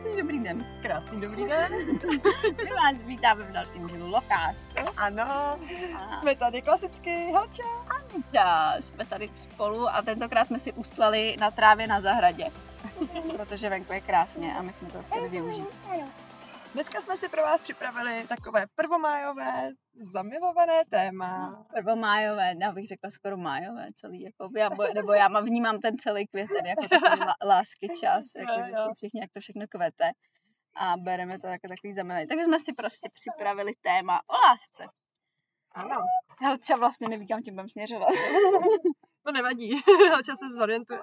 Krásný dobrý den. Krásný dobrý den. My vás vítáme v dalším dílu Lokástu. Ano, jsme tady klasicky, Helča. Aniča, jsme tady spolu a tentokrát jsme si ustlali na trávě na zahradě. Protože venku je krásně a my jsme to chtěli využít. Dneska jsme si pro vás připravili takové prvomájové, zamilované téma. Prvomájové, já bych řekla skoro májové celý, jako, nebo já vnímám ten celý květen jako takový lásky čas, jako, že jsou všichni, jak to všechno kvete a bereme to jako takový zamilení. Takže jsme si prostě připravili téma o lásce. Ano. Helča vlastně neví, kam tím budem směřovat. To nevadí, Helča se zorientuje.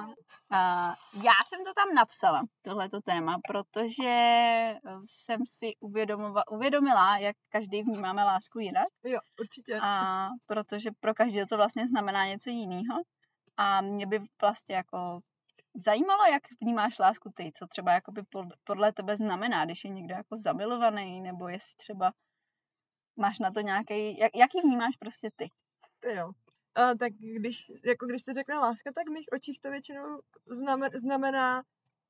Já jsem to tam napsala, tohleto téma, protože jsem si uvědomila, jak každý vnímáme lásku jinak. Jo, určitě. A protože pro každého to vlastně znamená něco jiného. A mě by vlastně jako zajímalo, jak vnímáš lásku ty, co třeba jakoby podle tebe znamená, když je někdo jako zamilovaný, nebo jestli třeba máš na to nějaký, jak ji vnímáš prostě ty? Ty jo. Tak když se řekne láska, tak v mých očích to většinou znamená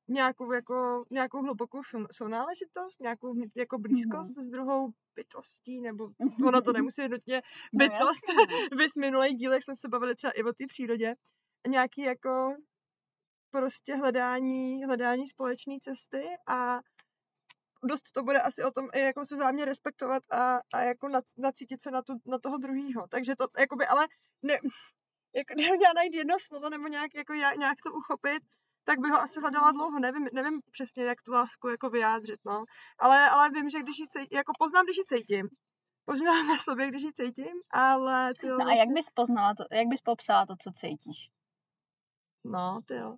nějakou hlubokou sounáležitost, nějakou jako blízkost s druhou bytostí, nebo ono to nemusí nutně bytost. Vys minulých dílech jsme se bavili třeba i o té přírodě. Nějaký jako prostě hledání společné cesty a dost to bude asi o tom, jako se vzájemně respektovat a jako nacítit se na toho druhýho. Takže to jakoby, ale ne, jako já najít jedno slovo nebo nějak to uchopit, tak bych ho asi hledala dlouho. Nevím přesně, jak tu lásku jako vyjádřit, no. Ale vím, že když ji cítím, jako poznám, když ji cítím. Poznám na sobě, když ji cítím, ale ty jo. No a jak bys popsala to, co cítíš? No, ty jo.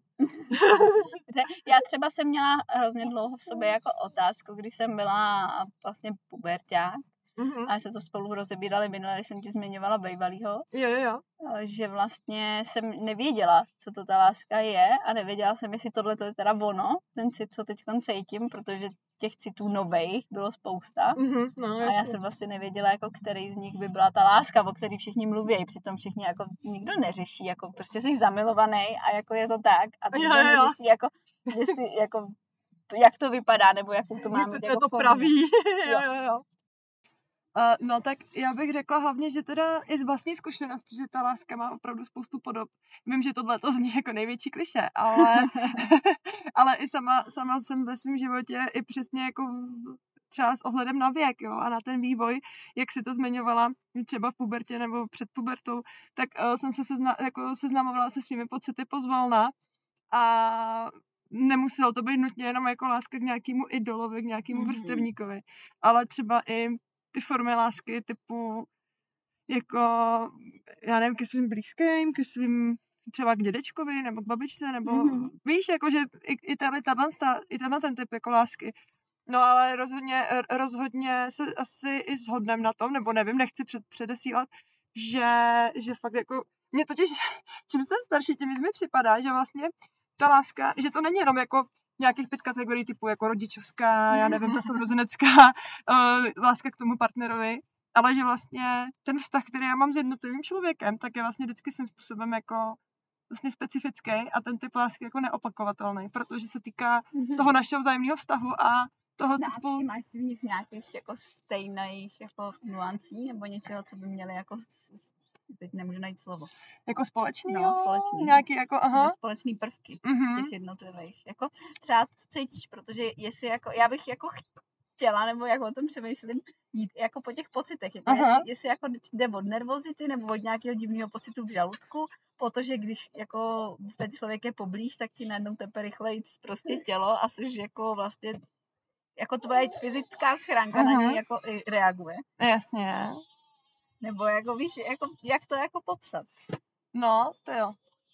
Já třeba jsem měla hrozně dlouho v sobě jako otázku, když jsem byla vlastně puberťák. Mm-hmm. A se to spolu rozebírali minule, když jsem ti zmiňovala bejvalýho. Jo. Že vlastně jsem nevěděla, co to ta láska je a nevěděla jsem, jestli tohle to je teda ono, ten cit, co teď cítím, protože těch citů novejch bylo spousta. Mm-hmm, no, a já jsem vlastně nevěděla, jako který z nich by byla ta láska, o který všichni mluví, přitom všichni jako nikdo neřeší, jako prostě jsi zamilovaný a jako je to tak. A to neřeší, jako, jestli, jako, jak to vypadá, nebo jakou to má mít jako to praví. Jo. No tak já bych řekla hlavně, že teda i z vlastní zkušenosti, že ta láska má opravdu spoustu podob. Vím, že tohle to zní jako největší klišé, ale i sama jsem ve svém životě i přesně jako třeba s ohledem na věk, jo, a na ten vývoj, jak si to zmiňovala třeba v pubertě nebo před pubertou, tak jsem se seznamovala se svými pocity pozvolna a nemuselo to být nutně jenom jako láska k nějakému idolovi, k nějakému vrstevníkovi, ale třeba i ty formy lásky typu jako, já nevím, ke svým blízkým, ke svým třeba k dědečkovi, nebo k babičce, nebo víš, jako, že i tenhle ten typ jako lásky. No ale rozhodně se asi i shodneme na tom, nebo nevím, nechci předesílat, že fakt jako, mě totiž, čím jsem starší, tím mi připadá, že vlastně ta láska, že to není jenom jako nějakých 5 kategorií typu jako rodičovská, já nevím, ta sourozenecká, láska k tomu partnerovi, ale že vlastně ten vztah, který já mám s jednotlivým člověkem, tak je vlastně vždycky svým způsobem jako vlastně specifický a ten typ lásky jako neopakovatelný, protože se týká toho našeho vzájemného vztahu a toho, co spolu... Máš si v nich nějakých jako stejných jako nuancí nebo něčeho, co by měly jako... Teď nemůžu najít slovo. Jako společný? No, společný. Nějaký jako, společný prvky z těch jednotlivých. Jako třeba cítíš, protože jestli jako, já bych jako chtěla, nebo jako o tom přemýšlím, jít jako po těch pocitech. Jako jestli jako jde od nervozity nebo od nějakého divného pocitu v žaludku, protože když jako ten člověk je poblíž, tak ti najednou tepe rychleji prostě tělo a jsi jako vlastně jako tvoje fyzická schránka na něj jako i reaguje. Jasně. Nebo jako víš, jako, jak to jako popsat? No, to jo.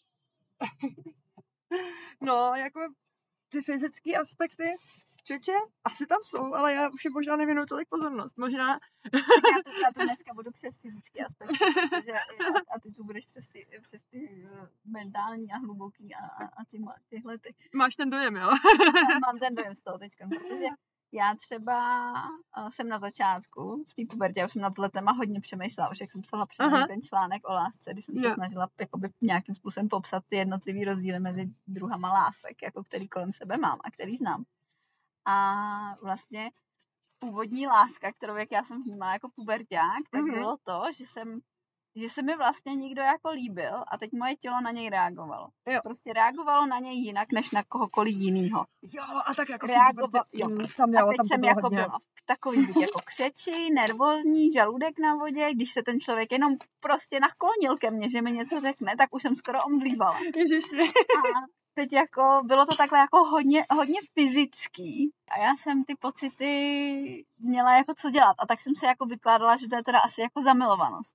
No, jako ty fyzické aspekty, čeče, asi tam jsou, ale já už je možná nevěnuju tolik pozornost. Možná... Já to dneska budu přes fyzické aspekty, a ty tu budeš přes ty mentální a hluboký a tyhle ty. Máš ten dojem, jo? Mám ten dojem z toho teďka, protože já třeba jsem na začátku, v té pubertě, už jsem na tohle téma hodně přemýšlela, už jak jsem psala přesně ten článek o lásce, když jsem se snažila jakoby nějakým způsobem popsat ty jednotlivý rozdíly mezi druhama lásek, jako který kolem sebe mám a který znám. A vlastně původní láska, kterou jak já jsem vnímala jako puberťák, tak bylo to, že se mi vlastně někdo jako líbil a teď moje tělo na něj reagovalo. Jo. Prostě reagovalo na něj jinak, než na kohokoliv jinýho. Jo, a tak jako reagovalo, jo. A teď jsem jako byla v takový buď jako křeči, nervózní, žaludek na vodě, když se ten člověk jenom prostě naklonil ke mně, že mi něco řekne, tak už jsem skoro omdlívala. Ježiši. A teď jako bylo to takhle jako hodně fyzický a já jsem ty pocity měla jako co dělat a tak jsem se jako vykládala, že to je teda asi jako zamilovanost.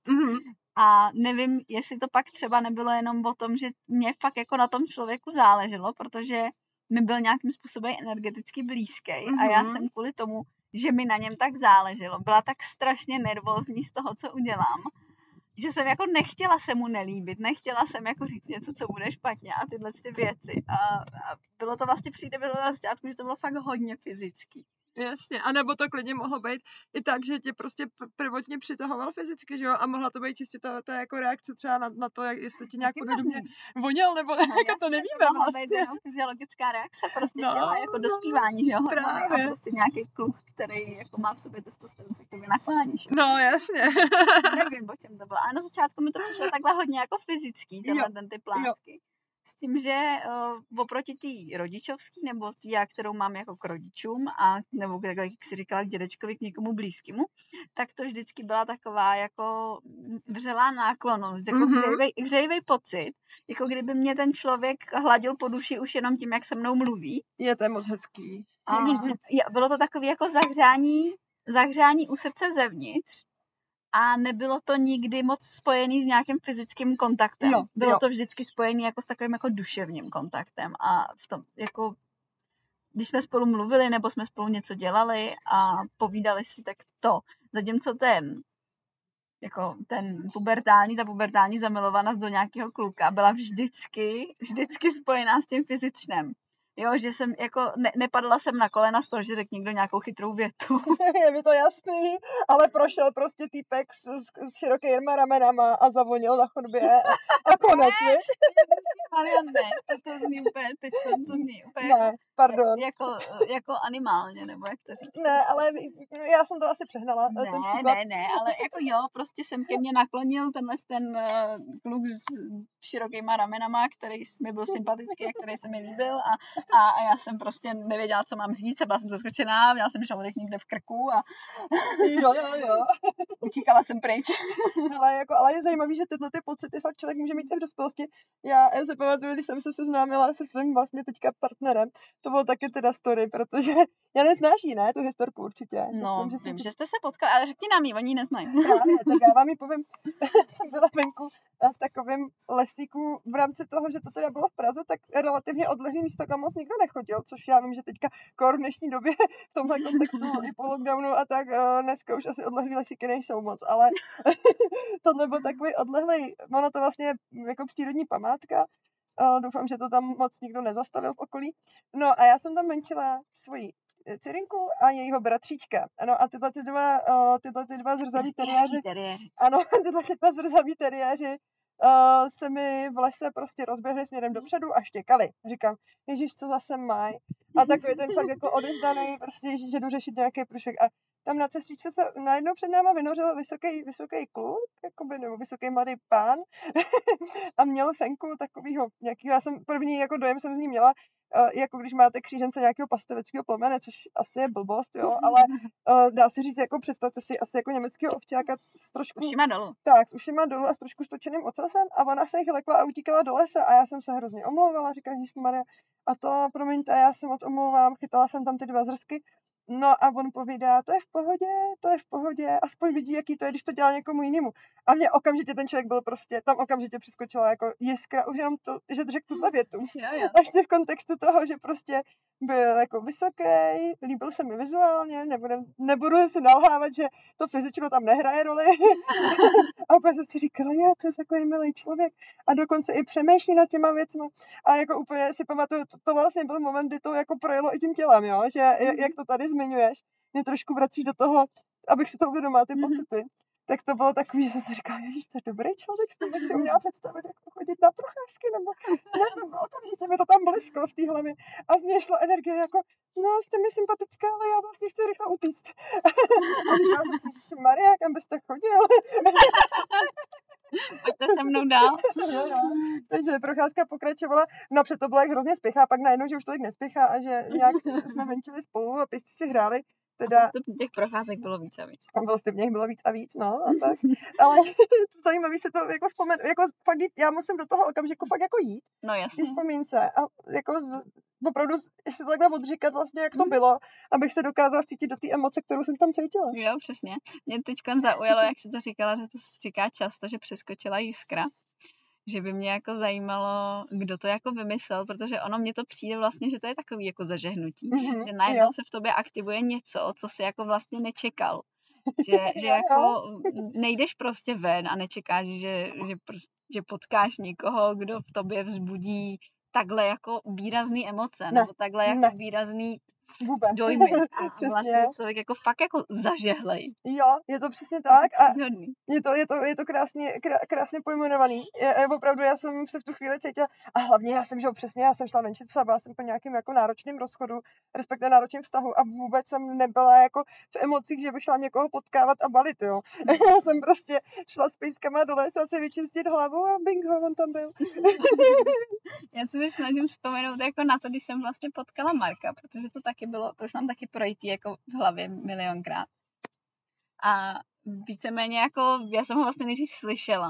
A nevím, jestli to pak třeba nebylo jenom o tom, že mě fakt jako na tom člověku záleželo, protože mi byl nějakým způsobem energeticky blízký a já jsem kvůli tomu, že mi na něm tak záleželo, byla tak strašně nervózní z toho, co udělám, že jsem jako nechtěla se mu nelíbit, nechtěla jsem jako říct něco, co bude špatně a tyhle ty věci. A bylo to vlastně bylo na začátku, že to bylo fakt hodně fyzický. Jasně, a nebo to klidně mohlo být i tak, že tě prostě prvotně přitahoval fyzicky, že jo, a mohla to být čistě ta jako reakce třeba na to, jestli ti nějak podobně voněl, nebo jako to nevíme to mohla být jenom fyziologická reakce, prostě těla, jako dospívání, že jo, hormony a prostě nějaký kluk, který jako má v sobě testosteron, tak to vynakláníš. No, jasně. Nevím, o čem to bylo, ale na začátku mi to přišlo takhle hodně jako fyzický, ten typ lásky. S tím, že oproti té rodičovský, nebo tý, kterou mám jako k rodičům, a nebo jak si říkala k dědečkovi, k někomu blízkému, tak to vždycky byla taková jako vřelá náklonnost, jako hřejivej pocit, jako kdyby mě ten člověk hladil po duši už jenom tím, jak se mnou mluví. Je to moc hezký. A bylo to takové jako zahřání u srdce zevnitř. A nebylo to nikdy moc spojený s nějakým fyzickým kontaktem. Bylo to vždycky spojený jako s takovým jako duševním kontaktem. A v tom, jako, když jsme spolu mluvili, nebo jsme spolu něco dělali a povídali si, tak to. Zatímco ta pubertální zamilovanost do nějakého kluka byla vždycky spojená s tím fyzičným. Jo, že jsem jako, nepadla jsem na kolena z toho, že řekl někdo nějakou chytrou větu. Je mi to jasný, ale prošel prostě týpek s širokýma ramenama a zavonil na chodbě a konec, ne? Ne, to zní úplně, to zní úplně ne, pardon. Jako animálně, nebo jak to říct? Ne, ale já jsem to asi přehnala. Ne, ale jako jo, prostě jsem ke mně naklonil ten kluk s širokýma ramenama, který mi byl sympatický a který se mi líbil a já jsem prostě nevěděla, co mám říct, byla jsem zaskočená, měla jsem žaludek někde v krku a jo. utíkala jsem pryč. Ale je zajímavý, že tyhle ty pocity fakt člověk může mít i v dospělosti. Já se pamatuju, když jsem se seznámila se svým vlastně teďka partnerem, to bylo taky teda story, protože já neznáš jí, ne? Tu historku určitě. No, vím, že jste se potkali, ale řekni nám ji, oni ji neznají. Právě, tak já vám ji povím. Jsem byla venku v takovém lesíku v rámci toho, že to teda bylo v Praze, tak relativně odlehlý místo, kam moc nikdo nechodil, což já vím, že teďka v dnešní době v tomhle kontextu i po lockdownu a tak dneska už asi odlehlý lesíky nejsou moc, ale tohle byl takový odlehlý, ono to vlastně jako přírodní památka, doufám, že to tam moc nikdo nezastavil v okolí. No a já jsem tam venčila svoji dcerinku a jejího bratříčka. Ano, a tyhle dva zrzavý teriéři. Ano, tyhle dva zrzavý teriéři se mi v lese prostě rozběhli směrem dopředu a štěkali. Říkám, ježiš, co zase mají? A takový ten fakt jako odezdaný, prostě, že jdu řešit nějaký průšvih. A tam na cestičce se najednou před náma vynořil vysoký kluk, jakoby, nebo vysoký mladý pán a měl fenku takovýho nějakýho, já jsem první jako dojem jsem z ní měla, jako když máte křížence nějakého pastoveckého plemene, což asi je blbost, jo, ale dá se říct, jako představte si asi jako německého ovčáka s trošku... S ušima dolů. Tak, s ušima dolů a s trošku stočeným ocasem a ona se jich lekla a utíkala do lesa a já jsem se hrozně omlouvala, říkala, ježišmarja, a to, promiňte, já se moc omlouvám, chytala jsem tam ty dva zrsky. No a on povídá, to je v pohodě, aspoň vidí, jaký to je, když to dělá někomu jinému. A mě okamžitě ten člověk byl prostě, tam okamžitě přeskočila jako jiskra, už jenom to, že řekl tuhle větu. Jo. Ještě v kontextu toho, že prostě byl jako vysoký, líbil se mi vizuálně, nebudu si nalhávat, že to fyzično tam nehraje roli. A úplně jsem si říkala, to je takový milý člověk. A dokonce i přemýšlí nad těma věcmi. A jako úplně si pamatuju, to vlastně byl moment, kdy to jako projelo i tím tělem, jo? Že jak to tady zmiňuješ, mě trošku vracíš do toho, abych si to uvědomila, ty pocity. tak to bylo takový, že jsem si říkala, ježiš, to je dobrý člověk, s tím bych si uměla představit, jako chodit na procházky, nebo nevím, okamžitě mi to tam blesklo v té hlavě a z něj šla energie jako, no, jste mi sympatická, ale já vlastně chci rychle utíct. A říkala jsem si, že Maria, kam byste chodil? Pojďte se mnou dál. Jo. Takže procházka pokračovala, napřed to bylo jak hrozně spěchá, pak najednou, že už tolik nespěchá a že nějak jsme venčili spolu a pěstí si hráli. Teda... Postupně těch procházek bylo víc a víc. Postupně bylo víc a víc, no a tak. Ale zajímavý se to jako vzpomenout, jako fakt já musím do toho okamžiku fakt jako jít. No jasně. Když vzpomínce a jako opravdu si to takhle odříkat vlastně, jak to bylo, abych se dokázala cítit do té emoce, kterou jsem tam cítila. Jo, přesně. Mě teďka zaujalo, jak jsi to říkala, že to se říká často, že přeskočila jiskra. Že by mě jako zajímalo, kdo to jako vymyslel, protože ono mně to přijde vlastně, že to je takový jako zažehnutí, že najednou se v tobě aktivuje něco, co si jako vlastně nečekal. Že jako nejdeš prostě ven a nečekáš, že potkáš někoho, kdo v tobě vzbudí takhle jako výrazný emoce, nebo takhle jako výrazný dojmy. A vlastně člověk jako fakt jako zažehlej. Jo, je to přesně tak a je to krásně pojmenovaný. Opravdu já jsem se v tu chvíli cítila a hlavně já jsem šla venčit psa, byla jsem po nějakým jako náročným rozchodu, respektive náročným vztahu a vůbec jsem nebyla jako v emocích, že bych šla někoho potkávat a balit, jo. Já jsem prostě šla s pejskama do lesa a se vyčistit hlavu a bingo, on tam byl. Já se snažím vzpomenout jako na to, když jsem vlastně potkala Marka, protože to taky bylo, to už mám taky projítý jako v hlavě milionkrát. A víceméně jako, já jsem ho vlastně nejdřív slyšela,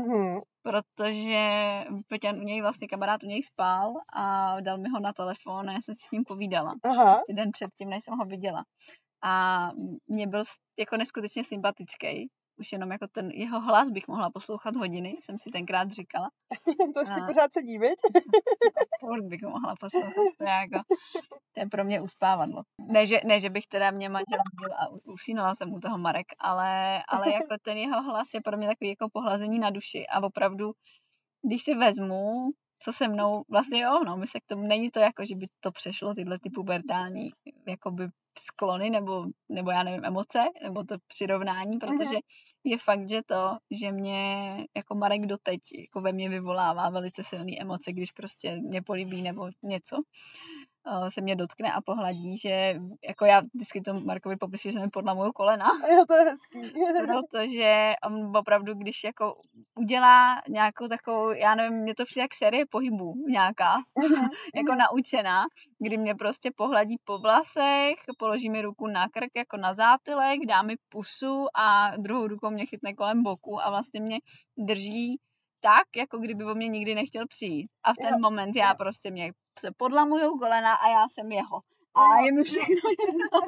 protože Peťan u něj vlastně kamarád u něj spal a dal mi ho na telefon a já jsem si s ním povídala. Prostě den předtím, než jsem ho viděla. A mě byl jako neskutečně sympatický. Už jenom jako ten jeho hlas bych mohla poslouchat hodiny, jsem si tenkrát říkala. To ještě pořád sedí, viď? Furt bych mohla poslouchat, to je pro mě uspávadlo. Ne, že bych teda mě manžel byl a usínala jsem u toho Marek, ale jako ten jeho hlas je pro mě takový jako pohlazení na duši a opravdu, když si vezmu, co se mnou, vlastně jo, no, my se k tomu, není to jako, že by to přešlo tyhle ty pubertální jakoby sklony nebo já nevím, emoce, nebo to přirovnání, protože je fakt, že mě jako Marek doteď jako ve mně vyvolává velice silné emoce, když prostě mě políbí nebo něco se mě dotkne a pohladí, že jako já vždycky tomu Markovi popisuju, že se mi podlamují kolena. Jo, to je hezký. Protože on opravdu, když jako udělá nějakou takovou, já nevím, mě to přijde jak série pohybů nějaká, jako naučená, kdy mě prostě pohladí po vlasech, položí mi ruku na krk, jako na zátylek, dá mi pusu a druhou rukou mě chytne kolem boku a vlastně mě drží tak, jako kdyby o mě nikdy nechtěl přijít. A v ten moment já prostě mě se podlamujou kolena a já jsem jeho. A je mi všechno jedno.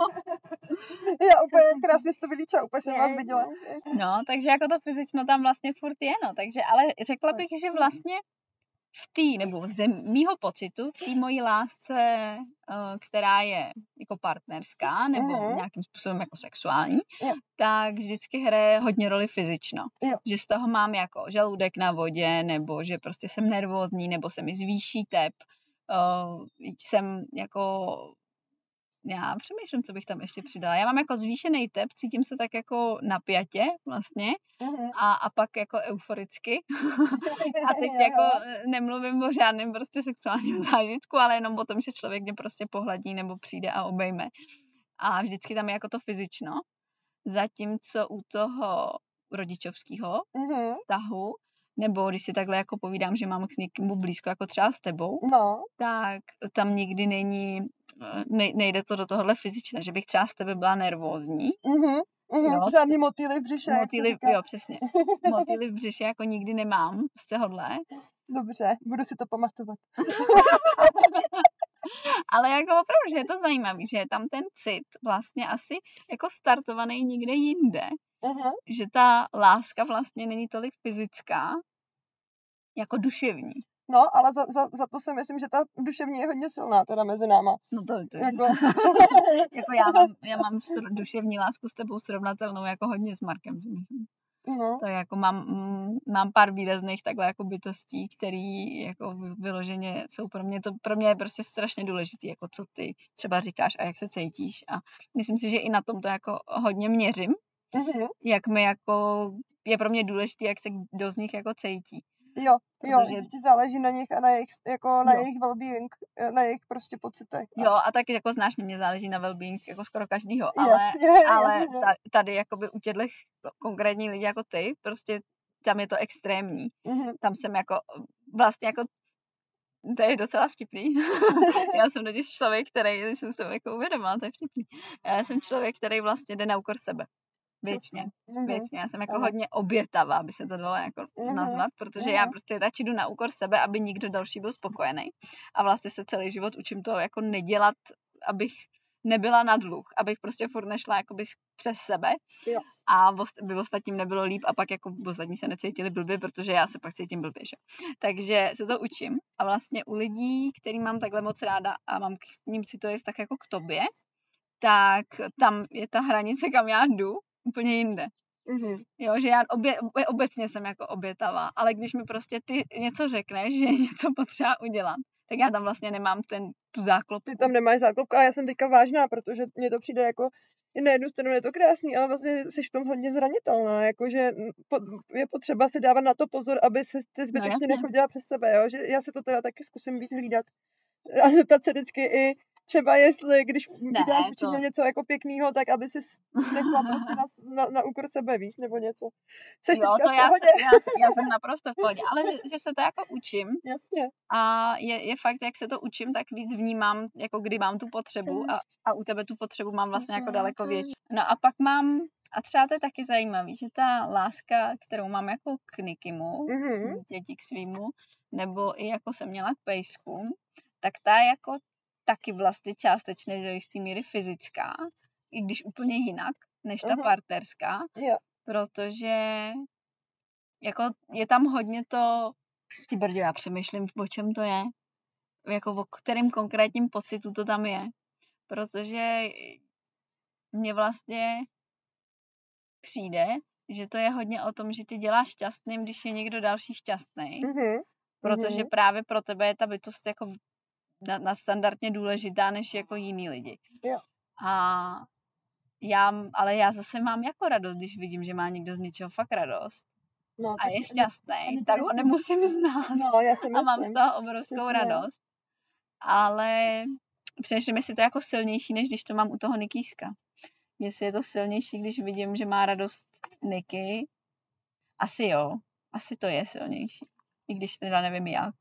Já úplně krásně to vylíča, úplně jsem vás viděla. No, takže jako to fyzično tam vlastně furt je, no. Takže, ale řekla bych, že vlastně nebo z mýho pocitu, v té mojí lásce, která je jako partnerská, nebo nějakým způsobem jako sexuální, tak vždycky hraje hodně roli fyzično. Že z toho mám jako žaludek na vodě, nebo že prostě jsem nervózní, nebo se mi zvýší tep. Jsem jako... Já přemýšlím, co bych tam ještě přidala. Já mám jako zvýšený tep, cítím se tak jako napjatě vlastně a pak jako euforicky. A teď jako nemluvím o žádném prostě sexuálním zážitku, ale jenom o tom, že člověk mě prostě pohladí nebo přijde a obejme. A vždycky tam je jako to fyzično. Zatímco u toho rodičovského vztahu, nebo když si takhle jako povídám, že mám k někomu blízko, jako třeba s tebou, tak tam nikdy nejde to do tohohle fyzičné, že bych třeba s tebe byla nervózní. Žádný motýly v břiše. Jo, přesně. Motýly v břiše jako nikdy nemám z tohohle. Dobře, budu si to pamatovat. Ale jako opravdu, že je to zajímavý, že je tam ten cit vlastně asi jako startovaný někde jinde. Že ta láska vlastně není tolik fyzická, jako duševní. No, ale za to si myslím, že ta duševní je hodně silná teda mezi náma. No to je. Jako... jako já mám duševní lásku s tebou srovnatelnou jako hodně s Markem, si myslím. To jako mám pár výrazných takhle jako bytostí, který jako vyloženě jsou pro mě je prostě strašně důležitý, jako co ty třeba říkáš a jak se cítíš a myslím si, že i na tom to jako hodně měřím jak mi jako, je pro mě důležité, jak se kdo z nich jako cítí. Jo, že ti záleží na nich a na jejich, jako na jejich well-being, na jejich prostě pocitech. Jo, a taky jako znáš, mě záleží na well-being jako skoro každýho, ale tady jakoby u těchto konkrétních lidí jako ty, prostě tam je to extrémní. Tam jsem jako, vlastně jako, to je docela vtipný. Já jsem totiž člověk, který, jsem se jako uvědomila, to je vtipný. Já jsem člověk, který vlastně jde na úkor sebe. Věčně. Já jsem jako hodně obětavá, aby se to dalo jako nazvat, protože já prostě radši jdu na úkor sebe, aby nikdo další byl spokojený. A vlastně se celý život učím to jako nedělat, abych nebyla na dluh, abych prostě furt nešla jakoby přes sebe a by ostatním nebylo líp a pak jako ostatní se necítili blbě, protože já se pak cítím blbě, že? Takže se to učím a vlastně u lidí, který mám takhle moc ráda a mám k ním citový vztah jako k tobě, tak tam je ta hranice, kam já jdu, úplně jinde. Jo, že já obecně jsem jako obětavá, ale když mi prostě ty něco řekneš, že něco potřeba udělat, tak já tam vlastně nemám tu záklopku. Ty tam nemáš záklopku a já jsem teďka vážná, protože mně to přijde jako, na jednu stranu je to krásný, ale vlastně jsi v tom hodně zranitelná, jakože je potřeba si dávat na to pozor, aby se ty zbytečně nechodila přes sebe, jo, že já se to teda taky zkusím víc hlídat a zeptat se vždycky i třeba jestli, když děláš určitě něco jako pěknýho, tak aby si nešla prostě na úkor sebe, víš, nebo něco. Jseš jo, to já jsem naprosto v pohodě, ale že se to jako učím. Jasně. A je fakt, jak se to učím, tak víc vnímám, jako kdy mám tu potřebu a u tebe tu potřebu mám vlastně jako daleko větší. No a pak mám, a třeba to je taky zajímavý, že ta láska, kterou mám jako k Nikimu, děti k svýmu, nebo i jako jsem měla k pejskům, tak ta jako taky vlastně částečně do jistý míry fyzická, i když úplně jinak, než ta partnerská, protože jako je tam hodně to, ty brdě, já přemýšlím, o čem to je, jako o kterým konkrétním pocitu to tam je, protože mně vlastně přijde, že to je hodně o tom, že ty děláš šťastným, když je někdo další šťastný, protože právě pro tebe je ta bytost jako nadstandardně důležitá než jako jiný lidi. Jo. Ale já zase mám jako radost, když vidím, že má někdo z něčeho fakt radost. No, a je šťastný, tak ho nemusím znát. No, já si myslím. A mám z toho obrovskou radost. Ale přemýšlím, jestli to je jako silnější, než když to mám u toho Nikíska. Jestli je to silnější, když vidím, že má radost Niky. Asi jo. Asi to je silnější. I když teda nevím jak.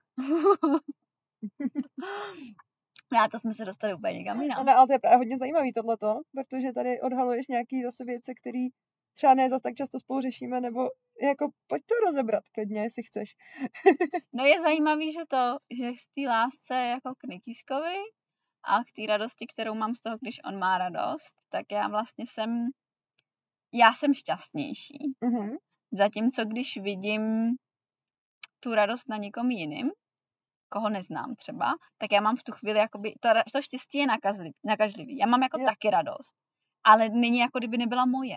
Já to jsme se dostali úplně někam jinam. No, ale to je právě hodně zajímavý tohleto, protože tady odhaluješ nějaký zase věci, které třeba ne zase tak často spolu řešíme, nebo jako pojď to rozebrat klidně, jestli chceš. No je zajímavý, že v té lásce jako k Nikískovi a k té radosti, kterou mám z toho, když on má radost, tak já vlastně jsem šťastnější. Zatímco když vidím tu radost na někom jiným, koho neznám třeba, tak já mám v tu chvíli jakoby, to štěstí je nakažlivý. Já mám jako taky radost, ale není jako kdyby nebyla moje.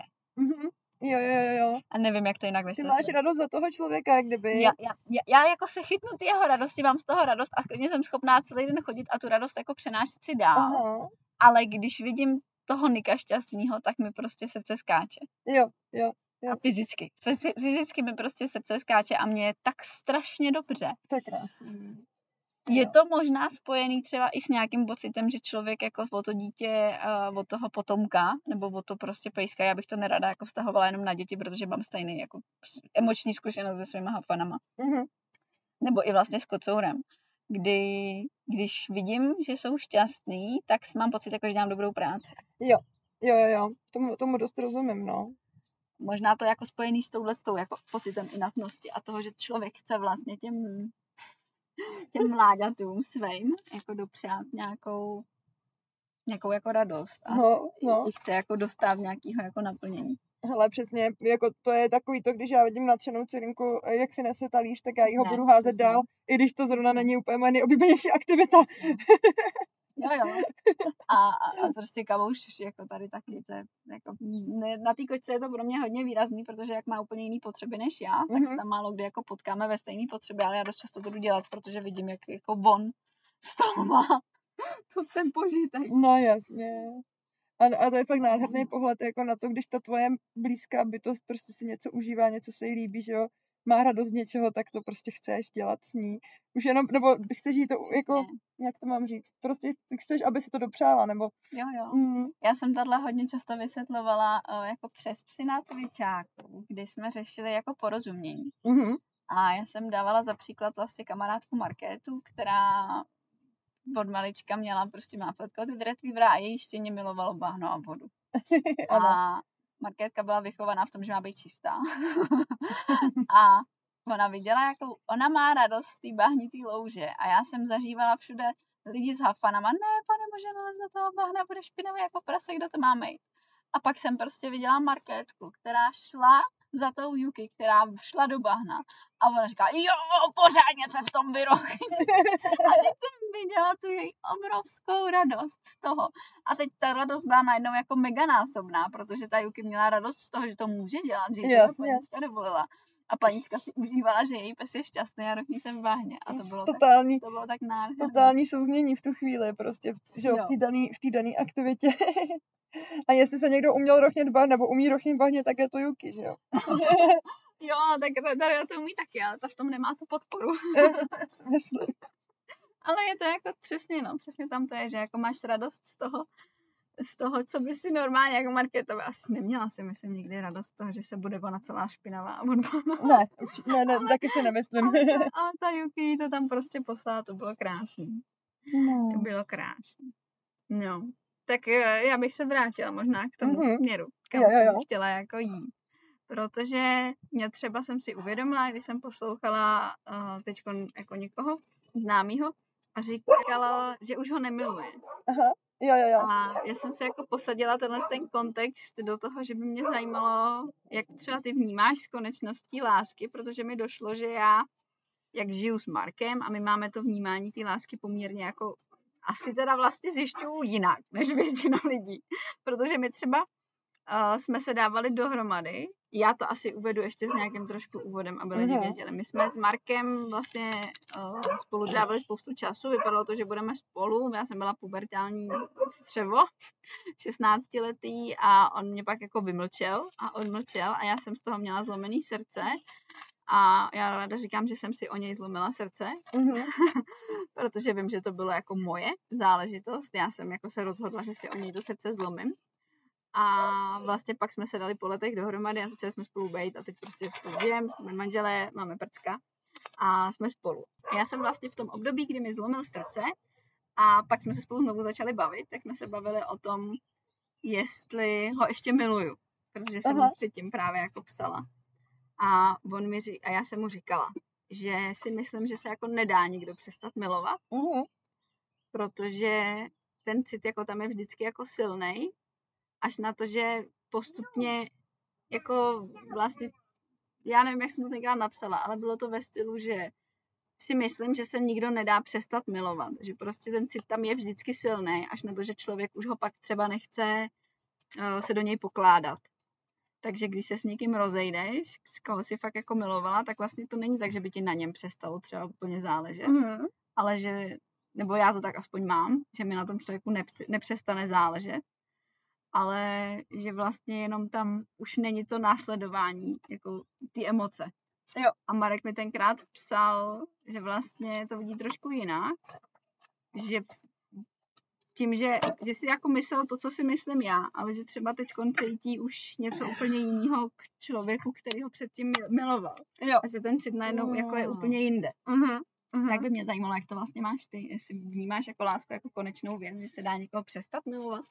Jo. A nevím, jak to jinak vysvětlit. Ty máš radost za toho člověka, jak kdyby. Já jako se chytnu ty jeho radosti, mám z toho radost a klidně jsem schopná celý den chodit a tu radost jako přenášet si dál. Aha. Ale když vidím toho Nika šťastného, tak mi prostě srdce skáče. Jo. A fyzicky mi prostě srdce skáče a mě je tak strašně dobře. To je krásný. Je to možná spojený třeba i s nějakým pocitem, že člověk jako o to dítě, od toho potomka, nebo o to prostě pejska, já bych to nerada jako vztahovala jenom na děti, protože mám stejný jako emoční zkušenost se svýma hafanama. Nebo i vlastně s kocourem. Když vidím, že jsou šťastný, tak mám pocit, jako, že dělám dobrou práci. Jo. Tomu dost rozumím, no. Možná to jako spojený s touhletou jako pocitem inatnosti a toho, že člověk chce vlastně těm mláďatům svým jako dopřát nějakou jako radost a i chce jako dostat nějakého jako naplnění. Hele, přesně, jako to je takový to, když já vidím nadšenou dcerinku, jak si nese talíř, tak já jí ho budu házet dál, i když to zrovna není úplně moje nejoblíbenější aktivita. Jo. A prostě kavouš jako tady taky, to je jako, na té kočce je to pro mě hodně výrazný, protože jak má úplně jiný potřeby než já, tak se tam málo kdy jako potkáme ve stejný potřebě, ale já dost často budu dělat, protože vidím, jak jako on z toho má ten požitek. No jasně. A to je fakt nádherný pohled jako na to, když ta tvoje blízká bytost prostě si něco užívá, něco se jí líbí, že jo, má radost z něčeho, tak to prostě chceš dělat s ní. Už jenom, nebo chceš jí to jako, jak to mám říct, prostě chceš, aby si to dopřála, nebo... Jo. Já jsem tohle hodně často vysvětlovala jako přes psy na cvičáku, kdy jsme řešili jako porozumění. A já jsem dávala za příklad vlastně kamarádku Markétu, která od malička měla prostě máfletko od retrievera a její štěně milovalo bahno a vodu. A Markétka byla vychovaná v tom, že má být čistá. A ona viděla, jako ona má radost z té bahnitý louže a já jsem zažívala všude lidi s hafanama, ne, pane bože, nalez do toho bahna, bude špinavý jako prase, kdo to má mít. A pak jsem prostě viděla Markétku, která šla za tou Yuki, která šla do bahna a ona říká, jo, pořádně se v tom vyrochni. A teď jsem viděla tu její obrovskou radost z toho. A teď ta radost byla najednou jako meganásobná, protože ta Yuki měla radost z toho, že to může dělat, že jí to panička dovolila. A panička si užívala, že její pes je šťastný a rochní se v bahně. A to bylo tak nádherné. Totální souznění v tu chvíli prostě, že jo, v té dané aktivitě. A jestli se někdo uměl rochnit bahně, nebo umí rochnit bahně, tak je to Yuki, že jo? Jo, tak Daria to umí taky, ale ta v tom nemá tu podporu. Myslím. Ale je to jako přesně tam to je, že jako máš radost z toho, co by si normálně jako Markétovi asi neměla si myslím nikdy radost z toho, že se bude ona celá špinavá a odvaná. Ne, taky si nemyslím. Ale ta Yuki to tam prostě poslala, to bylo krásný. No. To bylo krásný. No, tak já bych se vrátila možná k tomu směru, kam jsem chtěla jako jít. Protože mě třeba jsem si uvědomila, když jsem poslouchala teď jako někoho známýho a říkala, že už ho nemiluje. Aha. Jo. A já jsem se jako posadila ten kontext do toho, že by mě zajímalo, jak třeba ty vnímáš s konečností lásky, protože mi došlo, že já, jak žiju s Markem a my máme to vnímání té lásky poměrně jako asi teda vlastně zjišťuju jinak, než většina lidí. Protože my třeba jsme se dávali dohromady. Já to asi uvedu ještě s nějakým trošku úvodem, aby lidi věděli. My jsme s Markem vlastně spolu dávali spoustu času. Vypadalo to, že budeme spolu. Já jsem byla pubertální střevo, 16letý a on mě pak jako vymlčel a odmlčel a já jsem z toho měla zlomený srdce. A já ráda říkám, že jsem si o něj zlomila srdce, protože vím, že to bylo jako moje záležitost. Já jsem jako se rozhodla, že si o něj to srdce zlomím. A vlastně pak jsme se dali po letech dohromady a začali jsme spolu bejt a teď prostě spolu žijeme, jsme manželé, máme prcka a jsme spolu. A já jsem vlastně v tom období, kdy mi zlomil srdce a pak jsme se spolu znovu začali bavit, tak jsme se bavili o tom, jestli ho ještě miluju, protože jsem mu předtím právě jako psala. A já jsem mu říkala, že si myslím, že se jako nedá nikdo přestat milovat, protože ten cit jako tam je vždycky jako silnej, až na to, že postupně jako vlastně, já nevím, jak jsem to tenkrát napsala, ale bylo to ve stylu, že si myslím, že se nikdo nedá přestat milovat, že prostě ten cit tam je vždycky silný, až na to, že člověk už ho pak třeba nechce se do něj pokládat. Takže když se s někým rozejdeš, s koho si fakt jako milovala, tak vlastně to není tak, že by ti na něm přestalo třeba úplně záležet, ale že, nebo já to tak aspoň mám, že mi na tom člověku nepřestane záležet, ale že vlastně jenom tam už není to následování, jako ty emoce. Jo. A Marek mi tenkrát psal, že vlastně to vidí trošku jinak, že tím, že si jako myslel to, co si myslím já, ale že třeba teď cítí už něco úplně jiného k člověku, který ho předtím miloval. Jo. A že ten cit najednou jako je úplně jinde. Tak by mě zajímalo, jak to vlastně máš ty, jestli vnímáš jako lásku jako konečnou věc, že se dá někoho přestat milovat.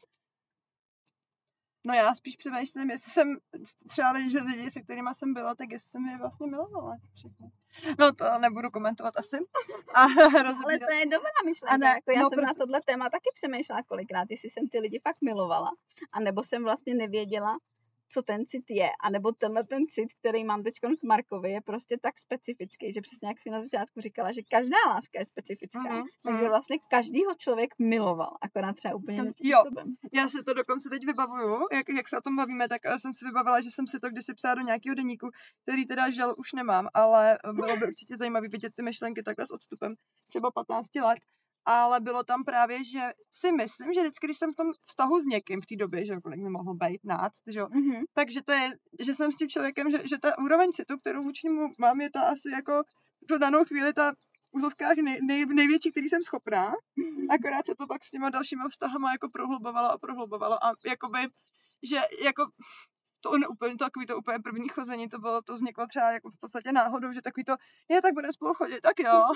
No já spíš přemýšlím, jestli jsem třeba lidi, se kterými jsem byla, tak jestli jsem je vlastně milovala. No to nebudu komentovat asi. Ale to je dobrá myšlenka. Jako já jsem na tohle téma taky přemýšlela kolikrát, jestli jsem ty lidi fakt milovala, anebo jsem vlastně nevěděla, co ten cit je, anebo tenhle ten cit, který mám teď k Markovi, je prostě tak specifický, že přesně jak jsi na začátku říkala, že každá láska je specifická, takže vlastně každýho člověk miloval, akorát třeba úplně způsobem. Já se to dokonce teď vybavuju, jak se o tom bavíme, tak jsem si vybavila, že jsem si to kdysi psala do nějakého deníku, který teda žel už nemám, ale bylo by určitě zajímavý vidět ty myšlenky takhle s odstupem třeba 15 let. ale bylo tam právě, že si myslím, že vždycky, když jsem v tom vztahu s někým v té době, že kolik mi mohlo být 15, že jo, takže to je, že jsem s tím člověkem, že ta úroveň citu, kterou vůči němu mám, je ta asi jako v danou chvíli ta v úzovkách největší, který jsem schopná, akorát se to pak s těma dalšíma vztahama jako prohlubovalo a jakoby, že jako to úplně první chození, to vzniklo třeba jako v podstatě náhodou, že takový to, tak budeme spolu chodit, tak jo.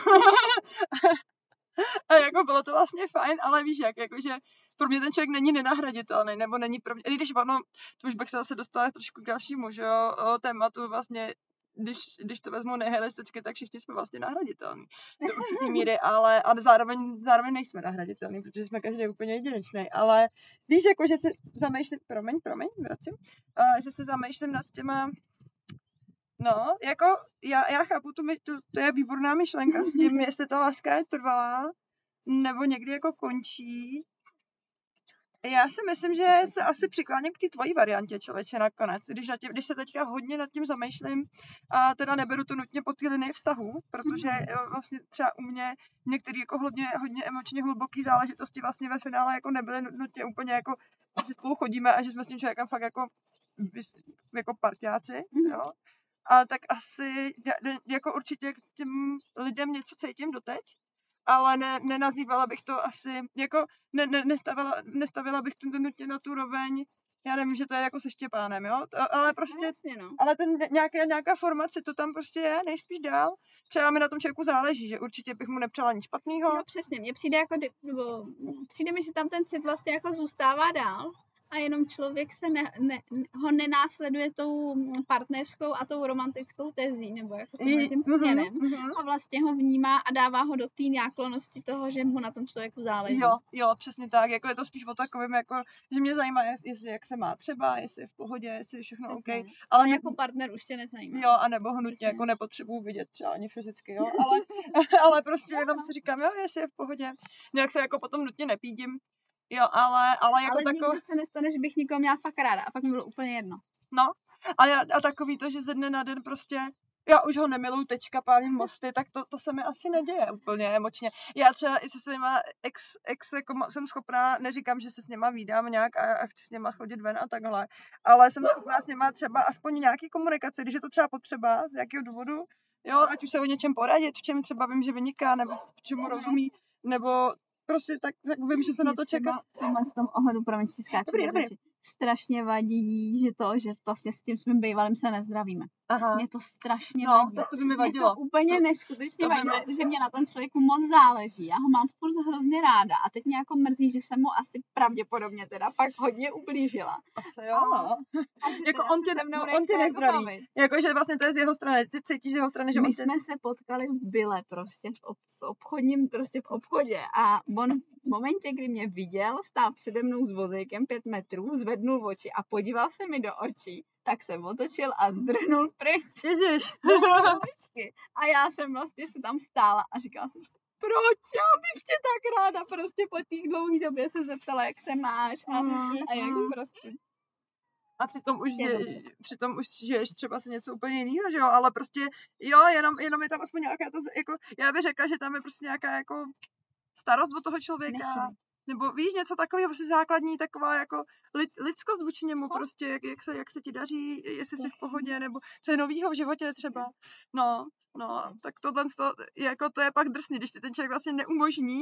A jako bylo to vlastně fajn, ale víš jak, jakože pro mě ten člověk není nenahraditelný, nebo není pro mě, i když ono, to už bych se zase dostala trošku k dalšímu, že jo, tématu vlastně, když to vezmu nihilisticky, tak všichni jsme vlastně nahraditelní do určitý míry, ale zároveň nejsme nahraditelní, protože jsme každý úplně jedinečný, ale víš, jako, že se zamýšlím, vracím, že se zamýšlím nad těma. No, jako já chápu, to je výborná myšlenka s tím, jestli ta láska je trvalá, nebo někdy jako končí. Já si myslím, že se asi přikláním k té tvojí variantě, člověče, nakonec. Když se teďka hodně nad tím zamýšlím a teda neberu to nutně pod ty linie vztahu, protože vlastně třeba u mě některé jako hodně emočně hluboký záležitosti vlastně ve finále jako nebyly nutně úplně jako, že spolu chodíme a že jsme s tím člověkem fakt jako parťáci, jo. A tak asi jako určitě k těm lidem něco cítím doteď, ale nenazývala bych to asi, jako nestavila bych to nutně na tu roveň, já nevím, že to je jako se Štěpánem, jo, ale prostě, jasně, no. ale nějaká formace, to tam prostě je, nejspíš dál. Třeba mi na tom člověku záleží, že určitě bych mu nepřála nic špatného. No přesně, mně přijde jako, přijde mi, že tam ten cit vlastně jako zůstává dál. A jenom člověk se ho nenásleduje tou partnerskou a tou romantickou tezí, nebo jako tím směrem. A vlastně ho vnímá a dává ho do té náklonnosti toho, že mu na tom člověku záleží. Jo, přesně tak. Jako je to spíš o takovém, jako, že mě zajímá, jestli jak se má třeba, jestli je v pohodě, jestli je všechno OK. Ale jako partner už tě nezajímá. Jo, a nebo ho nutně jako nepotřebuji vidět třeba ani fyzicky, jo. Ale prostě jenom si říkám, jo, jestli je v pohodě. Nějak se jako potom nutně nepídím. Jo, ale jako nikdy se nestane, že bych nikoho měla fakt ráda a pak mi bylo úplně jedno. No, a takový to, že ze dne na den prostě, já už ho nemiluju, tečka, pálím mosty, tak to se mi asi neděje úplně emočně. Já třeba i se svýma ex jako jsem schopná, neříkám, že se s něma vídám nějak a chci s něma chodit ven a takhle, ale jsem schopná s něma třeba aspoň nějaký komunikaci, když je to třeba potřeba, z jakého důvodu, jo, ať už se o něčem poradit, v čem třeba vím, že vyniká, nebo v čemu rozumí, nebo prostě tak vím, že se na to čeká. Třeba z tom ohledu, promiň, strašně vadí, že vlastně s tím svým bývalým se nezdravíme. Aha. Mě to strašně vadí. Tak to by mi vadilo. Mě to úplně neskutečně vadí, protože mě na tom člověku moc záleží. Já ho mám furt hrozně ráda a teď mě jako mrzí, že jsem mu asi pravděpodobně teda fakt hodně ublížila. Asi jo, no. Jako on tě nezdraví. Jakože vlastně to je z jeho strany. Ty cítíš z jeho strany, že my jsme se potkali v Byle prostě v obchodě a on v momentě, kdy mě viděl, stál přede mnou s vozejkem 5 metrů, zvednul oči a podíval se mi do očí, tak se otočil a zdrhnul pryč. Ježiš. A já jsem vlastně se tam stála a říkala jsem si, proč já bych tě tak ráda prostě po té dlouhé době se zeptala, jak se máš a jak prostě. A přitom už žiješ třeba si něco úplně jiného, že jo, ale prostě jo, jenom je tam aspoň nějaká to, jako, já bych řekla, že tam je prostě nějaká jako starost o toho člověka, nebo víš, něco takového, prostě základní taková jako lidskost vůči němu, prostě, jak se ti daří, jestli jsi v pohodě, nebo co je novýho v životě třeba, no, tak tohle jako to je pak drsný, když ti ten člověk vlastně neumožní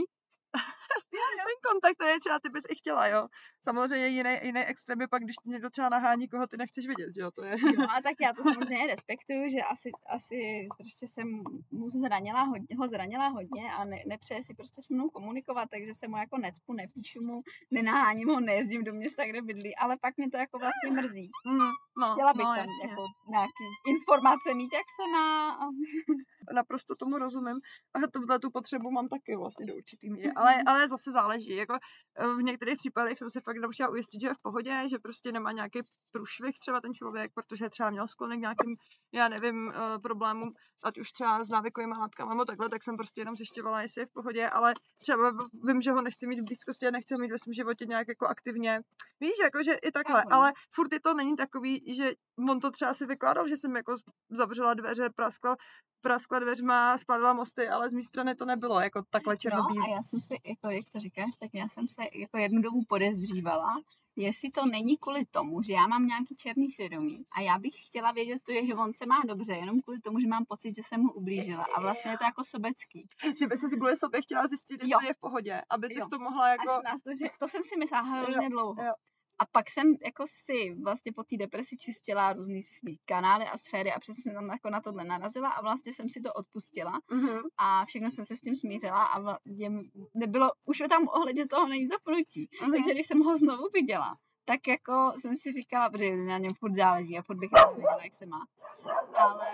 ten kontakt, to je třeba ty bys i chtěla, jo. Samozřejmě jiný extrém je pak, když někdo třeba nahání, koho ty nechceš vidět, jo, to je. Jo, a tak já to samozřejmě respektuju, že asi prostě jsem ho zranila hodně a nepřeje si prostě se mnou komunikovat, takže se mu jako necpu, nepíšu mu, nenaháním ho, nejezdím do města, kde bydlí, ale pak mě to jako vlastně mrzí. Chtěla bych tam jako nějaký informace mít, jak se má. Naprosto tomu rozumím. A tu potřebu mám taky vlastně do určitý míry. Ale zase záleží. Jako v některých případech jsem se fakt chtěla ujistit, že je v pohodě, že prostě nemá nějaký průšvih třeba ten člověk, protože třeba měl sklony k nějakým, já nevím, problémům, ať už třeba s návykovými látkami nebo takhle, tak jsem prostě jenom zjišťovala, jestli je v pohodě, ale třeba vím, že ho nechci mít v blízkosti a nechci ho mít ve svém životě nějak jako aktivně. Víš, jakože i takhle, ale furt to není takový, že on to třeba si vykládal, že jsem jako zavřela dveře, praskla, praskla dveřma, spadla mosty, ale z mé strany to nebylo jako takhle černobílý. No a já jsem si, jako jak to říkáš, tak já jsem se jako jednu dobu podezřívala, jestli to není kvůli tomu, že já mám nějaký černý svědomí a já bych chtěla vědět, že on se má dobře, jenom kvůli tomu, že mám pocit, že jsem mu ublížila a vlastně je to jako sobecký. Že by si kvůli sobě chtěla zjistit, jestli je v pohodě, aby ty to mohla jako... Až na to, že to jsem si myslela hrozně dlouho. Jo. A pak jsem jako si vlastně po té depresi čistila různý svý kanály a sféry a přesně jsem tam jako na tohle narazila a vlastně jsem si to odpustila a všechno jsem se s tím smířila a vlastně nebylo, už tam ohledně toho není to pnutí. Takže když jsem ho znovu viděla, tak jako jsem si říkala, protože na něm furt záleží a furt bych ráda viděla, jak se má. Ale...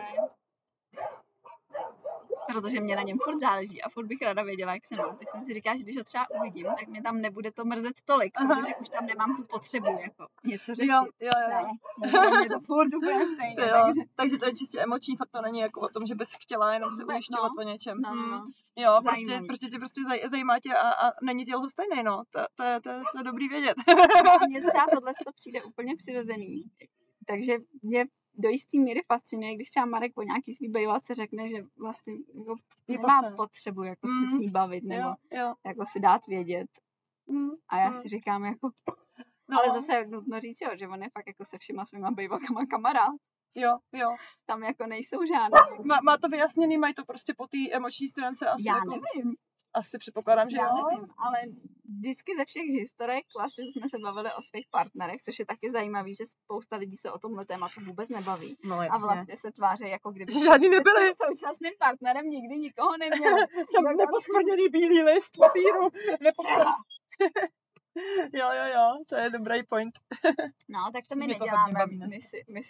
protože mě na něm furt záleží a furt bych ráda věděla, jak se mám. Tak jsem si říkala, že když ho třeba uvidím, tak mě tam nebude to mrzet tolik, protože už tam nemám tu potřebu jako něco řešit. Jo. Ne, mě to furt úplně stejně. Takže to je čistě emoční, fakt to není jako o tom, že bys chtěla jenom se ujišťovat o něčem. No. Jo, prostě tě zajímá tě a není tě lhostejný, no. To je dobrý vědět. A mně třeba tohle to přijde úplně přirozený. Takže mě do jistý míry fascinuje, když třeba Marek o nějaký svý bývalce řekne, že vlastně jako nemá potřebu jako se s ní bavit nebo jako si dát vědět. A já si říkám jako, ale zase nutno říct, jo, že on je fakt jako se všema svýma bývalkama kamarád. Jo. Tam jako nejsou žádné. Má to vyjasněný, mají to prostě po té emoční stránce asi. Já jako... nevím. Asi předpokládám, že já nevím, ale vždycky ze všech historek vlastně jsme se bavili o svých partnerech, což je taky zajímavý, že spousta lidí se o tomhle tématu vůbec nebaví. No, a vlastně se tváří, jako kdyby žádný nebyli. Současným partnerem nikdy nikoho neměl. Jsem neposkvrněný bílý list papíru. Jo, to je dobrý point. No, tak to my neděláme. My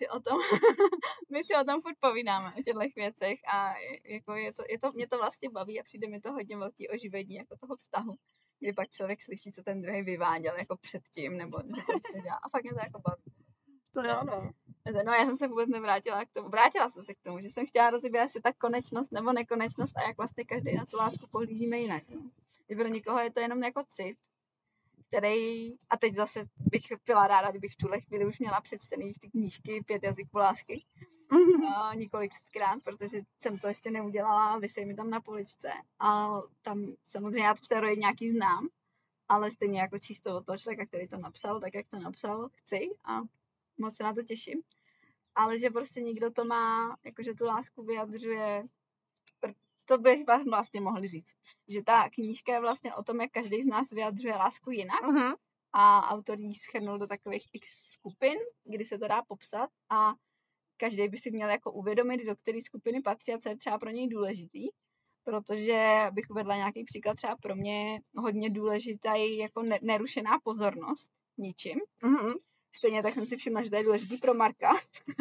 si o tom furt povídáme, o těchto věcech a jako mě to vlastně baví a přijde mi to hodně velký oživení jako toho vztahu, kdy pak člověk slyší, co ten druhý vyváděl jako předtím, nebo co prostě dělá. A fakt mě to jako baví. To jo, no. No, já jsem se vůbec nevrátila k tomu. Vrátila jsem se k tomu, že jsem chtěla rozebírat si tak konečnost nebo nekonečnost a jak vlastně každý na tu lásku pohlížíme jinak. No. Pro někoho je to jenom jako cit, který, a teď zase bych byla ráda, kdybych v tuhle chvíli už měla přečtený ty knížky 5 jazyků lásky. Několikrát, protože jsem to ještě neudělala, visej mi tam na poličce. A tam samozřejmě já tu teorii nějaký znám, ale stejně jako číst to od toho člověka, který to napsal, tak jak to napsal, chci a moc se na to těším. Ale že prostě někdo to má, jakože tu lásku vyjadřuje, to bych vám vlastně mohli říct. Že ta knížka je vlastně o tom, jak každý z nás vyjadřuje lásku jinak. A autor ji shrnul do takových x skupin, kdy se to dá popsat a každý by si měl jako uvědomit, do které skupiny patří a co je třeba pro něj důležitý. Protože bych uvedla nějaký příklad, třeba pro mě hodně důležitá je jako nerušená pozornost ničím. Stejně tak jsem si všimla, že to je důležitý pro Marka.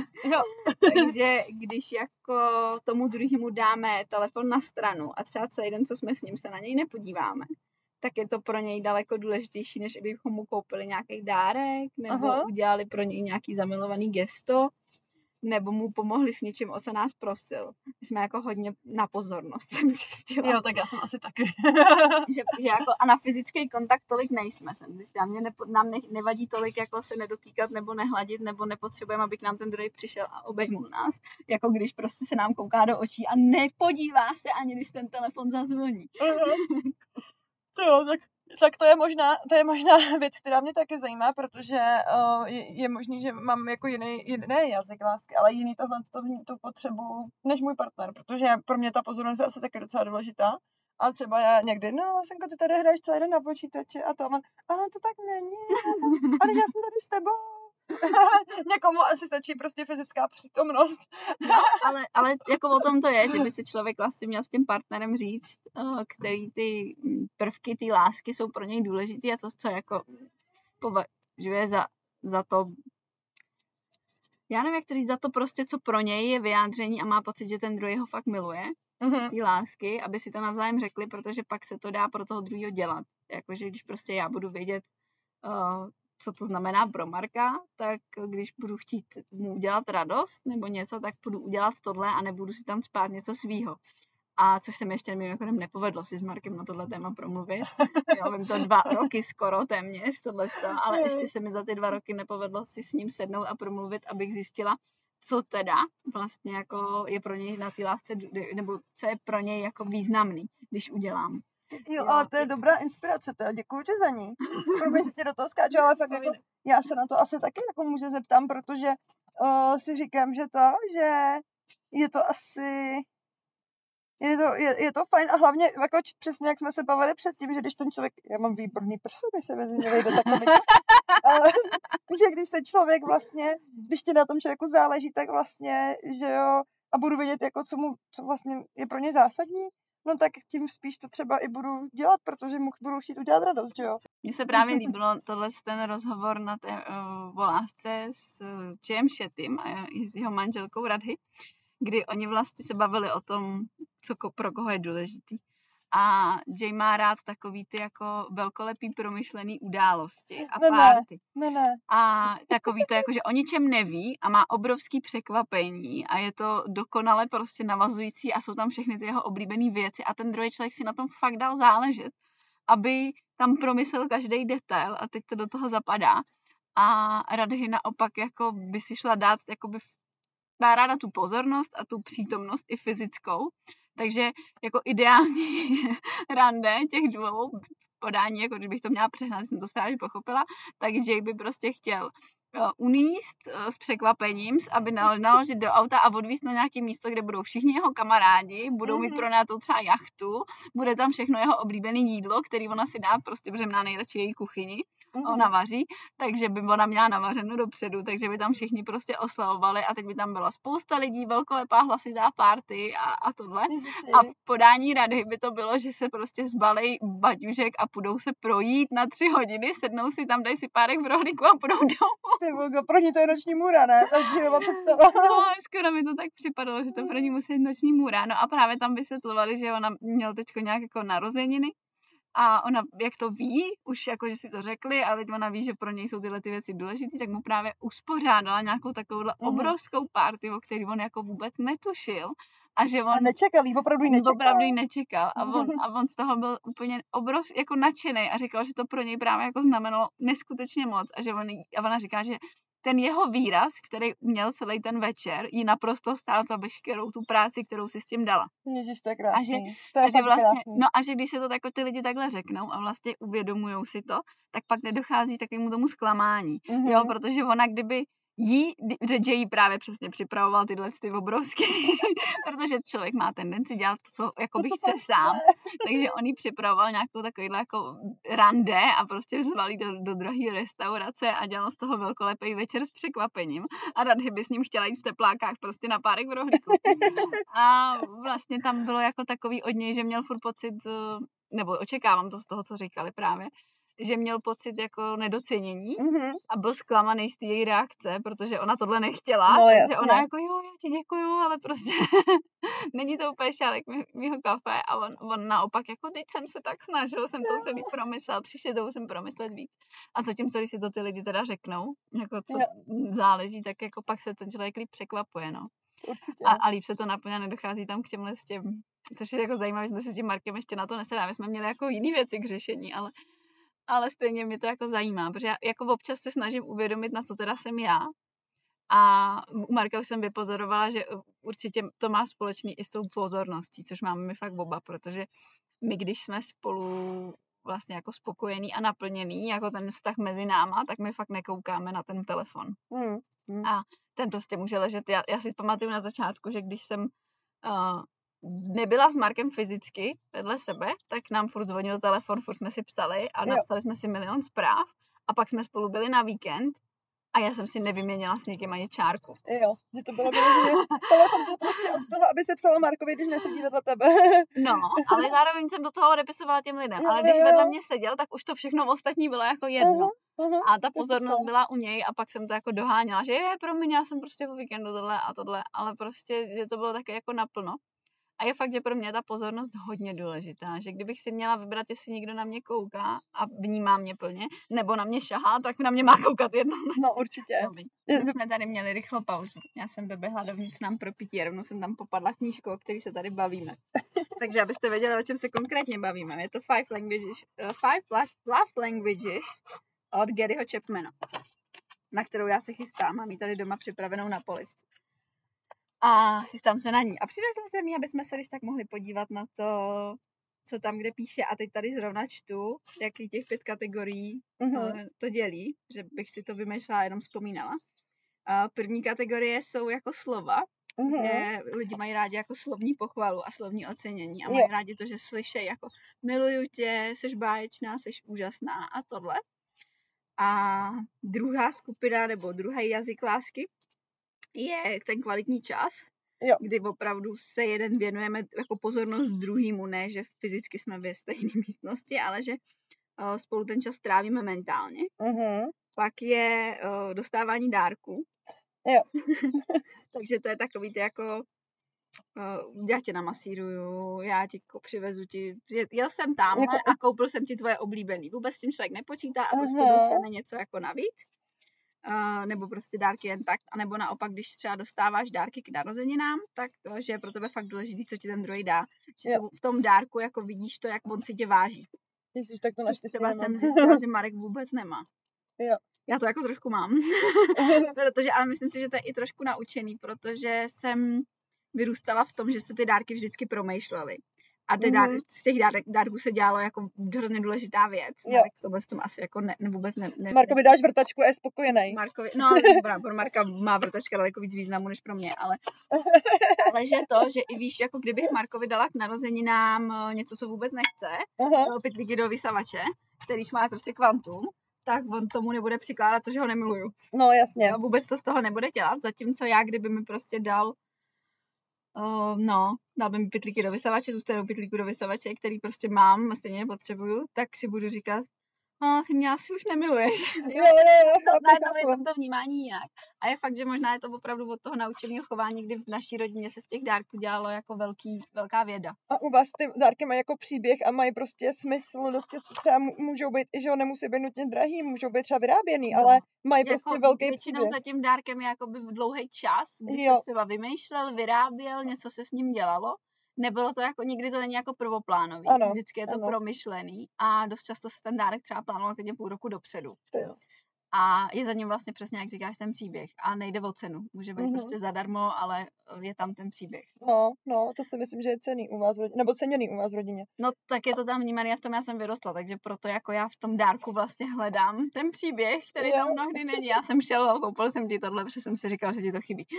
Takže když jako tomu druhému dáme telefon na stranu a třeba celý den, co jsme s ním, se na něj nepodíváme, tak je to pro něj daleko důležitější, než bychom mu koupili nějaký dárek, nebo udělali pro něj nějaký zamilovaný gesto, nebo mu pomohli s něčím, o co nás prosil. My jsme jako hodně na pozornost, jsem zjistila. Jo, tak já jsem asi taky. že jako, a na fyzický kontakt tolik nejsme, jsem zjistila. Nám nevadí tolik, jako se nedotýkat, nebo nehladit, nebo nepotřebujeme, aby k nám ten druhý přišel a obejmul nás. Jako když prostě se nám kouká do očí a nepodívá se, ani když ten telefon zazvoní. Jo, tak to je možná věc, která mě taky zajímá, protože je možný, že mám jako jiný jazyk lásky, ale jiný tu potřebu než můj partner, protože pro mě ta pozornost je asi taky docela důležitá. A třeba já někdy, Senko, ty tady hraješ celý den na počítači a to, ale to tak není, ale já jsem tady s tebou. Někomu asi stačí prostě fyzická přítomnost. ale jako o tom to je, že by si člověk vlastně měl s tím partnerem říct, který ty prvky té lásky jsou pro něj důležitý a co jako považuje za to, já nevím, jak to říct, za to prostě, co pro něj je vyjádření a má pocit, že ten druhý ho fakt miluje, ty lásky, aby si to navzájem řekli, protože pak se to dá pro toho druhého dělat. Jakože když prostě já budu vědět, co to znamená pro Marka, tak když budu chtít mu udělat radost nebo něco, tak budu udělat tohle a nebudu si tam spát něco svýho. A což se mi ještě mimochodem nepovedlo si s Markem na tohle téma promluvit. Jo, vím to 2 roky skoro téměř, tohle, ale ještě se mi za ty 2 roky nepovedlo si s ním sednout a promluvit, abych zjistila, co teda vlastně jako je pro něj na té lásce, nebo co je pro něj jako významný, když udělám. Jo, ale to je dobrá inspirace, teda děkuji ti za ní. Promiň, že tě do toho skáču, ale fakt jako, já se na to asi taky jako může zeptám, protože si říkám, že je to asi, je to fajn a hlavně jako přesně jak jsme se bavili předtím, že když ten člověk, já mám výborný prso, když se mezi ně vejde takhle, ale že když ten člověk vlastně, když ti na tom člověku záleží, tak vlastně, že jo, a budu vědět, jako co vlastně je pro ně zásadní, no tak tím spíš to třeba i budu dělat, protože mu budu chtít udělat radost, že jo. Mně se právě líbilo ten rozhovor na té volásce s Jayem Shettym a s jeho manželkou Radhy, kdy oni vlastně se bavili o tom, co pro koho je důležitý. A Jay má rád takový ty jako velkolepý promyšlený události a párty. Ne. A takový to jako, že o ničem neví a má obrovský překvapení a je to dokonale prostě navazující a jsou tam všechny ty jeho oblíbené věci a ten druhý člověk si na tom fakt dal záležet, aby tam promyslel každý detail a teď to do toho zapadá. A Radhy naopak jako by si šla dát, jakoby má ráda tu pozornost a tu přítomnost i fyzickou. Takže jako ideální rande těch dvou podání, jako kdybych to měla přehnat, jsem to správně pochopila, tak Jay by prostě chtěl uníst s překvapením, aby naložit do auta a odvízt na nějaké místo, kde budou všichni jeho kamarádi, budou mít pronajatou třeba jachtu, bude tam všechno jeho oblíbené jídlo, který ona si dá prostě, protože má nejradši její kuchyni. Ona vaří, takže by ona měla navařeno dopředu, takže by tam všichni prostě oslavovali a teď by tam byla spousta lidí, velkolepá hlasitá party a tohle. A v podání Radhy by to bylo, že se prostě zbalej baťužek a půjdou se projít na 3 hodiny, sednou si tam, dají si párek v rohlíku a půjdou domů. Ty bogo, pro ní to je noční můra, ne? No, skoro mi to tak připadalo, že to pro ní musí jít noční můra. No a právě tam vysvětlovali, že ona měla teďko nějak jako narozeniny. A ona, jak to ví, už jako, že si to řekli, ale teď ona ví, že pro něj jsou tyhle ty věci důležité, tak mu právě uspořádala nějakou takovouhle obrovskou party, o který on jako vůbec netušil. A že on... A nečekal, opravdu ji nečekal. A on z toho byl úplně obrovský, jako nadšený a říkal, že to pro něj právě jako znamenalo neskutečně moc. A ona říká, že ten jeho výraz, který měl celý ten večer, jí naprosto stál za veškerou tu práci, kterou si s tím dala. Ježiš, to je krásný. A že když se to jako ty lidi takhle řeknou a vlastně uvědomujou si to, tak pak nedochází takovému tomu zklamání. Jo, protože ona kdyby že jí právě přesně připravoval tyhle ty obrovské, protože člověk má tendenci dělat to, co jakoby chce sám, takže on jí připravoval nějakou takovýhle jako rande a prostě zvalí do drahé restaurace a dělal z toho velkolepý večer s překvapením a Radhy by s ním chtěla jít v teplákách prostě na párek v rohlíku. A vlastně tam bylo jako takový od něj, že měl furt pocit, nebo očekávám to z toho, co říkali právě, že měl pocit jako nedocenění a byl zklamaný z té její reakce, protože ona tohle nechtěla, no, takže ona jako jo, já ti děkuju, ale prostě není to úplně šálek mýho kafe a on naopak jako teď jsem se tak snažil, jsem to celý promyslel, příště to musím promyslet víc. A zatímco, když si to ty lidi teda řeknou, jako co záleží, tak jako pak se ten člověk líp překvapuje, no. Určitě. A líp se to naplňá, nedochází tam k těmhle s tím, což je jako zajímavé, jsme si s tím Markem ještě na to nesedáme, jsme měli jako jiný věci k řešení, ale stejně mě to jako zajímá, protože já jako občas se snažím uvědomit, na co teda jsem já. A u Marka už jsem vypozorovala, že určitě to má společný i s tou pozorností, což máme my fakt oba, protože my, když jsme spolu vlastně jako spokojení a naplněný, jako ten vztah mezi náma, tak my fakt nekoukáme na ten telefon. A ten prostě může ležet. Já si pamatuju na začátku, že když jsem nebyla s Markem fyzicky vedle sebe, tak nám furt zvonil telefon, furt jsme si psali a napsali jsme si milion zpráv a pak jsme spolu byli na víkend a já jsem si nevyměnila s někým ani čárku. Jo, že to bylo telefon byl prostě od toho, aby se psalo Markovi, když nesedí vedle tebe. No, ale zároveň jsem do toho odepisovala těm lidem, ale když vedle mě seděl, tak už to všechno ostatní bylo jako jedno. A ta pozornost byla u něj a pak jsem to jako doháněla, že promiň, já jsem prostě po víkendu tohle, ale prostě, že to bylo také jako naplno. A je fakt, že pro mě je ta pozornost hodně důležitá, že kdybych si měla vybrat, jestli někdo na mě kouká a vnímá mě plně, nebo na mě šahá, tak na mě má koukat jedno. No určitě. My jsme tady měli rychlou pauzu. Já jsem doběhla dovnitř nám pro pití, rovnou jsem tam popadla knížku, o který se tady bavíme. Takže abyste věděli, o čem se konkrétně bavíme. Je to Five Love Languages od Garyho Chapmana, na kterou já se chystám. Mám ji tady doma připravenou na poličce. A chystám se na ní. A přinesla jsem ji, aby jsme se když tak mohli podívat na to, co tam kde píše. A teď tady zrovna čtu, jaký těch 5 kategorií to dělí, že bych si to vymýšlela, jenom vzpomínala. První kategorie jsou jako slova, že lidi mají rádi jako slovní pochvalu a slovní ocenění a mají rádi to, že slyšejí jako miluju tě, seš báječná, seš úžasná a tohle. A druhá skupina nebo druhý jazyk lásky je ten kvalitní čas, kdy opravdu se jeden věnujeme jako pozornost druhýmu, ne, že fyzicky jsme ve stejné místnosti, ale že spolu ten čas trávíme mentálně. Pak je dostávání dárků. Jo. Takže to je takový ty jako já tě namasíruju, já ti přivezu ti, jel jsem tamhle a koupil jsem ti tvoje oblíbený. Vůbec s tím člověk nepočítá a prostě dostane něco jako navíc. Nebo prostě dárky jen tak, anebo naopak, když třeba dostáváš dárky k narozeninám, tak že je pro tebe fakt důležitý, co ti ten druhý dá. Že v tom dárku jako vidíš to, jak on si tě váží. Ježiš, tak to naštěstí třeba jsem zjistila, že Marek vůbec nemá. Jo. Já to jako trošku mám. Protože, ale myslím si, že to je i trošku naučený, protože jsem vyrůstala v tom, že se ty dárky vždycky promýšlely. A z těch dárků se dělalo jako hrozně důležitá věc. Marek to tom asi jako vůbec ne. Markovi dáš vrtačku a je spokojený. Pro Marka má vrtačka daleko víc významu než pro mě, ale že to, že i víš, jako kdybych Markovi dala k narozeninám něco, co vůbec nechce, pytlíky do vysavače, kterých má prostě kvantum, tak on tomu nebude přikládat to, že ho nemiluju. No jasně. Vůbec to z toho nebude dělat, zatímco já, kdyby mi prostě dal by mi pytlíky do vysavače, zůstanou pytlíku do vysavače, který prostě mám a stejně nepotřebuju, tak si budu říkat, ty mě asi už nemiluješ. To vnímání jinak. A je fakt, že možná je to opravdu od toho naučeného chování, kdy v naší rodině se z těch dárků dělalo jako velká věda. A u vás ty dárky mají jako příběh a mají prostě smysl, dost třeba můžou být, i že nemusí být nutně drahý, můžou být třeba vyráběný, ale mají prostě jako velký většinou příběh. za tím dárkem je jakoby v dlouhý čas, kdy se třeba vymýšlel, vyráběl, něco se s ním dělalo. Nebylo to jako, nikdy to není jako prvoplánový, vždycky je to promyšlený a dost často se ten dárek třeba plánoval klidně půl roku dopředu. Jo. A je za ním vlastně přesně, jak říkáš, ten příběh. A nejde o cenu. Může být prostě zadarmo, ale je tam ten příběh. No, to si myslím, že je cenný u vás v rodině, nebo ceněný u vás v rodině. No, tak je to tam vnímaný a v tom já jsem vyrostla, takže proto jako já v tom dárku vlastně hledám ten příběh, který tam mnohdy není. Já jsem šel, koupil jsem ti tohle, protože jsem si říkala, že ti to chybí.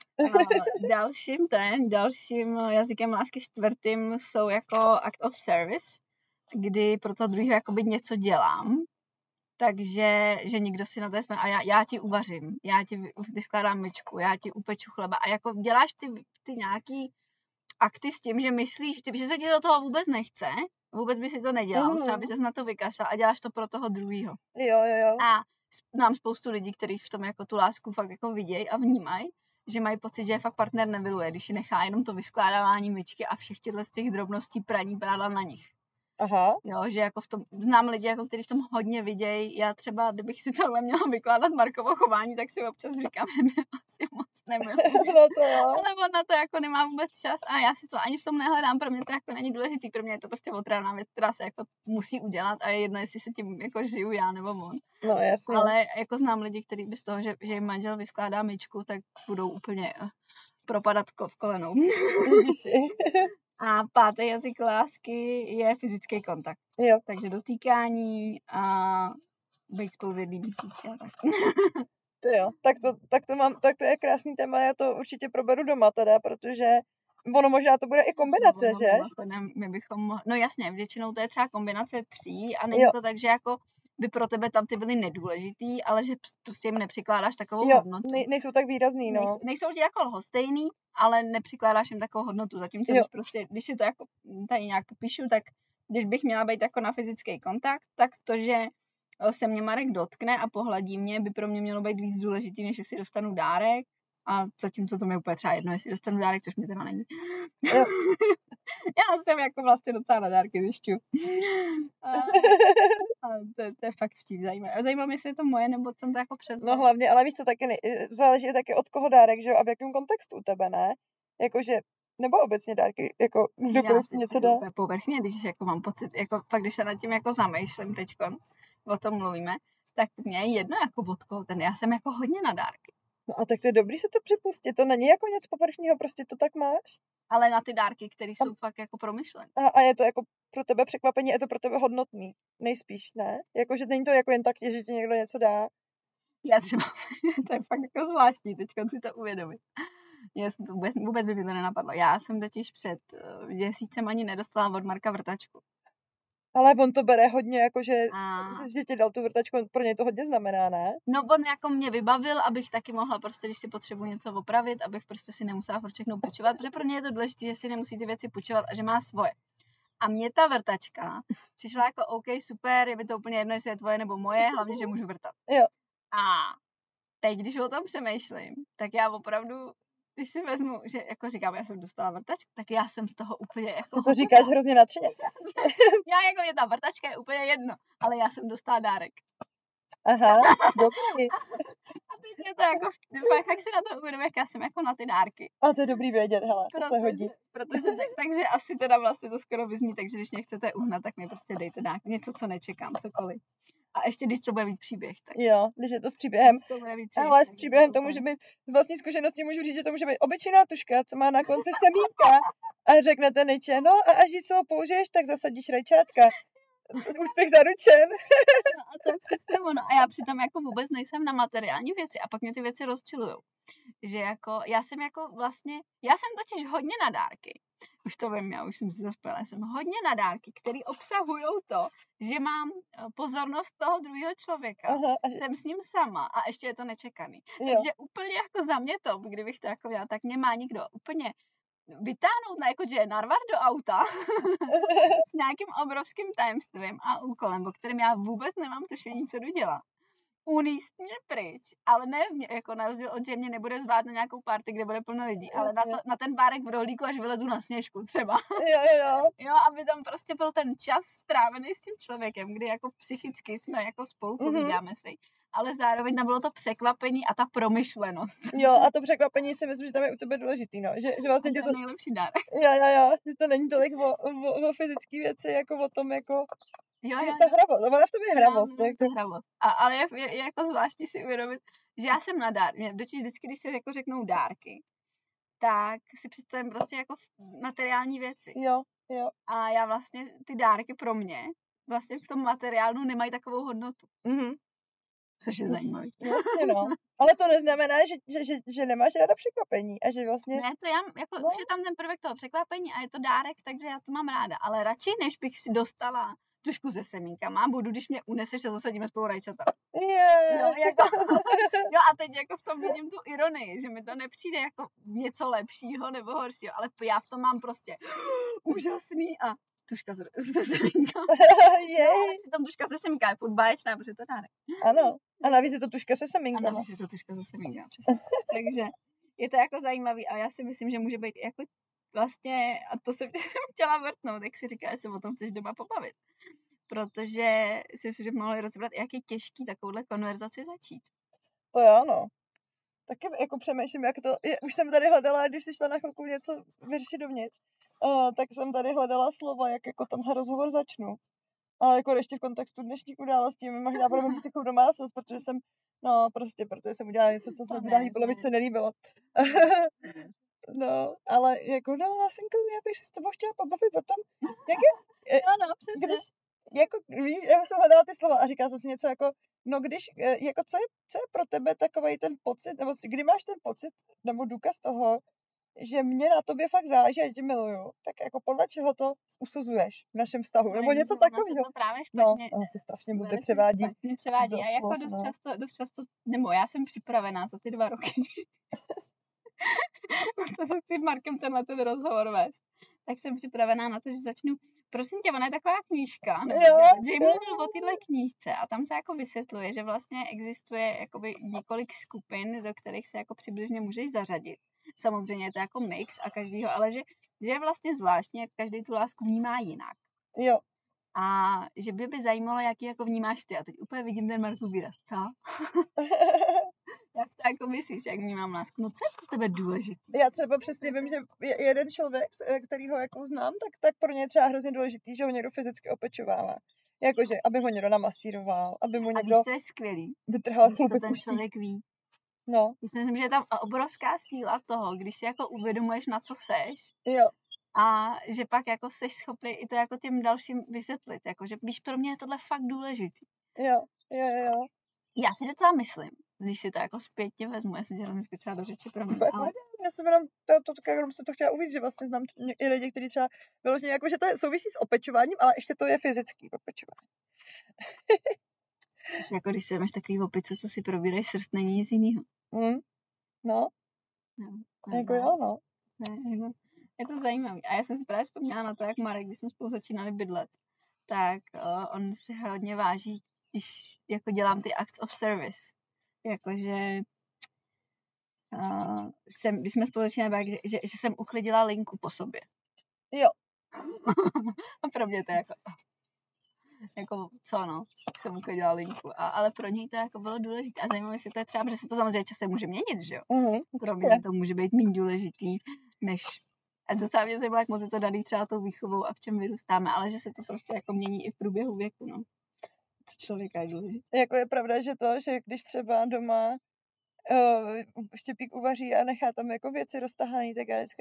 Dalším jazykem lásky čtvrtým jsou jako act of service, kdy pro to druhého jakoby něco dělám. Takže, že nikdo si na to a já ti uvařím, já ti vyskládám myčku, já ti upeču chleba a jako děláš ty nějaký akty s tím, že myslíš, že se ti do toho vůbec nechce, vůbec by si to nedělal, třeba by ses na to vykašlal a děláš to pro toho druhýho. Jo. A znám spoustu lidí, kteří v tom jako tu lásku fakt jako vidějí a vnímají, že mají pocit, že je fakt partner nemiluje, když ji nechá jenom to vyskládávání myčky a všech z těch drobností praní prádla na nich. Aha. Jo, že jako v tom, znám lidi, jako, kteří v tom hodně vidějí. Já třeba, kdybych si tohle měla vykládat Markovo chování, tak si občas říkám, že mě asi moc nemiluje. No to jo. Ale on na to jako nemá vůbec čas a já si to ani v tom nehledám, pro mě to jako není důležitý, pro mě je to prostě otrávná věc, která se jako musí udělat a je jedno, jestli se tím jako žiju já nebo on. No jasně. Ale jako znám lidi, kteří by z toho, že jim manžel vyskládá myčku, tak budou úplně propadat v kolenou. A pátý jazyk lásky je fyzický kontakt. Jo. Takže dotýkání a být spolu v jedné místnosti. Tak to je krásný téma, já to určitě proberu doma teda, protože ono možná to bude i kombinace, že? No jasně, většinou to je třeba kombinace 3 a není to tak, že jako by pro tebe tam ty byly nedůležitý, ale že prostě jim nepřikládáš takovou hodnotu. Nejsou tak výrazný, no. Nejsou ti jako lhostejný, ale nepřikládáš jim takovou hodnotu. Zatímco když si to jako tady nějak popíšu, tak když bych měla být jako na fyzický kontakt, tak to, že se mě Marek dotkne a pohladí mě, by pro mě mělo být víc důležitý, než jestli dostanu dárek. A zatímco to mi je úplně třeba jedno, jestli dostanu dárek, což mi teda není. Já jsem jako vlastně docela na dárky zjišťuju. To je fakt vtip, zajímavé. Zajímá mě, jestli je to moje, nebo jsem to jako převzala. No hlavně, ale víš co, záleží taky od koho dárek, že jo, a v jakém kontextu u tebe, ne? Jakože, nebo obecně dárky, jako kdokoliv něco dá. Já povrchně, když jako mám pocit, jako pak když se nad tím jako zamýšlím teďkon, o tom mluvíme, tak mě je jedno jako od koho ten, já jsem jako hodně na dárky. No a tak to je dobrý se to připustit, to není jako něco povrchního, prostě to tak máš. Ale na ty dárky, které jsou fakt jako promyšlené. A je to jako pro tebe překvapení, je to pro tebe hodnotný, nejspíš, ne? Jakože není to jako jen tak, že ti někdo něco dá. Já třeba, to je fakt jako zvláštní, teď si to uvědomit. Já jsem to vůbec by mi to nenapadlo. Já jsem totiž před měsícem ani nedostala od Marka vrtačku. Ale on to bere hodně, jakože že ti dal tu vrtačku, pro něj to hodně znamená, ne? No on jako mě vybavil, abych taky mohla prostě, když si potřebuji něco opravit, abych prostě si nemusela furt všechno půjčovat, protože pro ně je to důležité, že si nemusí ty věci půjčovat a že má svoje. A mě ta vrtačka přišla jako OK, super, je mi to úplně jedno, jestli je tvoje nebo moje, hlavně, že můžu vrtat. Jo. A teď, když o tom přemýšlím, tak já opravdu, když si vezmu, že jako říkám, já jsem dostala vrtačku, tak já jsem z toho úplně jako... To říkáš hrozně nadšeně. Já jako mě ta vrtačka je úplně jedno, ale já jsem dostala dárek. Aha, dobrý. A teď je to jako, fakt si na to uvědomím, jak já jsem jako na ty dárky. A to je dobrý vědět, hele, to se hodí. Takže asi teda vlastně to skoro vyzní, takže když mě chcete uhnat, tak mi prostě dejte něco, co nečekám, cokoliv. A ještě když to bude být příběh. Tak... Jo, když je to s příběhem. Ale s příběhem to může být, z vlastní zkušenosti můžu říct, že to může být obyčejná tuška, co má na konci semínka. A řeknete Nejče, no a až ji celou použiješ, tak zasadíš rajčátka. Úspěch zaručen. No a to je přesně ono. A já přitom jako vůbec nejsem na materiální věci a pak mě ty věci rozčilujou. Že jako, já jsem totiž hodně na dárky. Už to vím, já už jsem si to spojila. Já jsem hodně na dárky, které obsahují to, že mám pozornost toho druhého člověka. Aha. Jsem s ním sama a ještě je to nečekaný. Jo. Takže úplně jako za mě to, kdybych to jako měla, tak mě má nikdo úplně vytáhnout na jako že narvat do auta s nějakým obrovským tajemstvím a úkolem, o kterém já vůbec nemám tušení, co jdu dělat. Uníst mě pryč, ale ne jako na rozdíl od, že mě nebude zvát na nějakou party, kde bude plno lidí, ale na ten bárek v rohlíku, až vylezu na Sněžku třeba. Jo, aby tam prostě byl ten čas strávený s tím člověkem, kdy jako psychicky jsme jako spolu povídáme si. Ale zároveň tam bylo to překvapení a ta promyšlenost. Jo, a to překvapení si myslím, že tam je u tebe důležitý, no. Že vlastně to je nejlepší dárek. Jo, že to není tolik o fyzické věci, jako o tom, jako... Jo. Ta hravost, ona v tom je hravost. Hravost. Ale je jako zvláštní si uvědomit, že já jsem na dárky. Vždycky, když se jako řeknou dárky, tak si představím prostě jako materiální věci. Jo. A já vlastně ty dárky pro mě vlastně v tom materiálu nemají takovou hodnotu. Což je zajímavý. Jasně, no. Ale to neznamená, že nemáš ráda překvapení a že vlastně... Ne, to já, jako už je tam ten prvek toho překvapení a je to dárek, takže já to mám ráda. Ale radši, než bych si dostala tušku se semínkama, budu, když mě uneseš a zasadíme spolu rajčata. Jo, a teď jako v tom vidím tu ironii, že mi to nepřijde jako něco lepšího nebo horšího, ale já v tom mám prostě úžasný a tuška se semínka. Přitom tuška se semínka je furt báječná, protože to dárek. Ano, a navíc je to tuška se semínka. Takže je to jako zajímavý a já si myslím, že může být jako vlastně, a to jsem chtěla vrtnout, jak si říká, že se o tom chceš doma pobavit. Protože si myslím, že mohli rozebrat, jak je těžký takovouhle konverzaci začít. To jo, no. Taky jako přemýšlím, jak to, už jsem tady hledala, když jsi šla na chvilku něco vyřešit dovnitř, tak jsem tady hledala slova, jak jako tenhle rozhovor začnu. Ale jako ještě v kontextu dnešních událostí, možná budeme mít takovou domácnost, protože jsem udělala něco, co se drahý polovičce nelíbilo. No, ale jako, no, Lásenko, já bych se s tebou chtěla pobavit o tom, jak je, no, přesně. Když, jako, víš, já jsem hledala ty slova a říkala jsem si něco jako, no když, jako co je pro tebe takovej ten pocit, nebo kdy máš ten pocit, nebo důkaz toho, že mě na tobě fakt záleží a že tě miluju, tak jako podle čeho to usuzuješ v našem vztahu, nebo něco takového. To právě špatně, no, se strašně blbě převádí. A jako dost často, nebo já jsem připravená za ty 2 roky. To se chci s Markem ten rozhovor vést. Tak jsem připravená na to, že začnu. Prosím tě, ona je taková knížka, že mluvil o téhle knížce a tam se jako vysvětluje, že vlastně existuje jakoby několik skupin, do kterých se jako přibližně můžeš zařadit. Samozřejmě je to jako mix a každýho, ale že je vlastně zvláštní, jak každý tu lásku vnímá jinak. Jo. A že by zajímalo, jaký jako vnímáš ty. A teď úplně vidím ten Markův výraz. Co? Jak to jako myslíš, jak vnímám lásku? No co je pro tebe důležitý? Já třeba přesně vím, že jeden člověk, kterýho jako znám, tak pro ně je třeba hrozně důležitý, že ho někdo fyzicky opečovává. Jakože, aby ho někdo namasíroval, aby mu někdo... A víš, to je skvělý. Vytrhal když to ten člověk ví. No. Já si myslím, že je tam obrovská síla toho, když si jako uvědomuješ, na co seš. Jo. A že pak jako seš schopný i to jako těm dalším vysvětlit. Jako, že víš, pro mě je tohle fakt důležitý. Jo. Já si docela myslím, když si to jako zpětně vezmu, já jsem tě hrozně skočila do řeči, pro mě. Ale... Já jsem jenom to chtěla uvíct, že vlastně znám i lidi, kteří třeba vyloženě, jako, že to souvisí s opečováním, ale ještě to je fyzický opečování. Což jako, když si máš takový opice, co si probírají srst, není nic jiného. No. Jako jo, no. Jako, je to zajímavé. A já jsem si právě vzpomněla na to, jak Marek, když jsme spolu začínali bydlet, tak on si hodně váží, když jako dělám ty acts of service. Jakože když jsme spolu začínali, že jsem uklidila linku po sobě. Jo. A pro mě to je jako co no, jsem uklidila linku. Ale pro něj to jako bylo důležité. A zajímavé si to je třeba, protože se to samozřejmě časem může měnit, že jo? Pro mě to může být méně důležitý, než... A docela mě zajímalo, jak moc je to daný třeba tou výchovou a v čem vyrůstáme, ale že se to prostě jako mění i v průběhu věku, no. Co člověka je důležité. Jako je pravda, že když třeba doma Štěpík uvaří a nechá tam jako věci roztahaný, tak já vždycky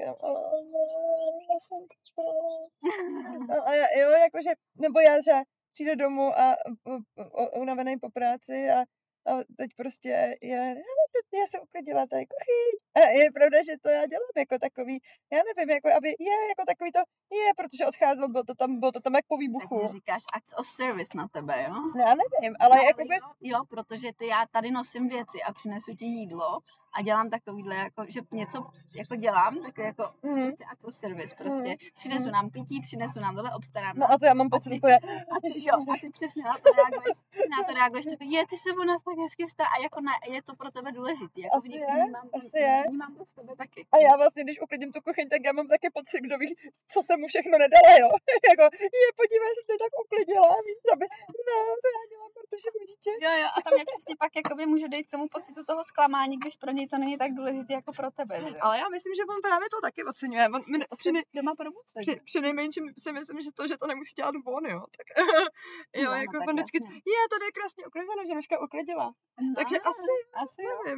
jo, jakože, nebo já třeba přijde domů a unavený po práci a teď prostě já jsem uklidila tady kuchyň. A je pravda, že to já dělám jako takový, já nevím, jako aby jako takový to, protože odcházel, bylo to tam jak po výbuchu. Takže říkáš act of service na tebe, jo? Já nevím, ale jakoby... Jo, protože já tady nosím věci a přinesu ti jídlo a dělám takovýhle, jako, že něco jako dělám, tak jako prostě act of service, prostě přinesu nám pití, přinesu nám tohle, obstarám. No a to já mám pocit, to je... A ty přesně na to reaguješ, tak ty se o nás tak hezky stará a jako je to pro tebe důležitý, jako vnímám to s tebe taky. A já vlastně, když uklidím tu kuchyň, tak já mám taky pocit, kdo ví, co jsem mu všechno nedala, jo. Jako, podívej, že jsi tak uklidila, víš, aby, no, to já dělám, protože u dítě. Jo, a tam je přesně pak jakoby může dojít k tomu pocitu toho zklamání, když pro něj to není tak důležité jako pro tebe, že? Ale já myslím, že on právě to taky oceňuje. Doma při nejmenším si myslím, že to nemusí dělat on, jo. Tak, jo, no, jako on vždycky, tady je krásně uklizeno, že Nožka uklidila. No, takže asi nevím.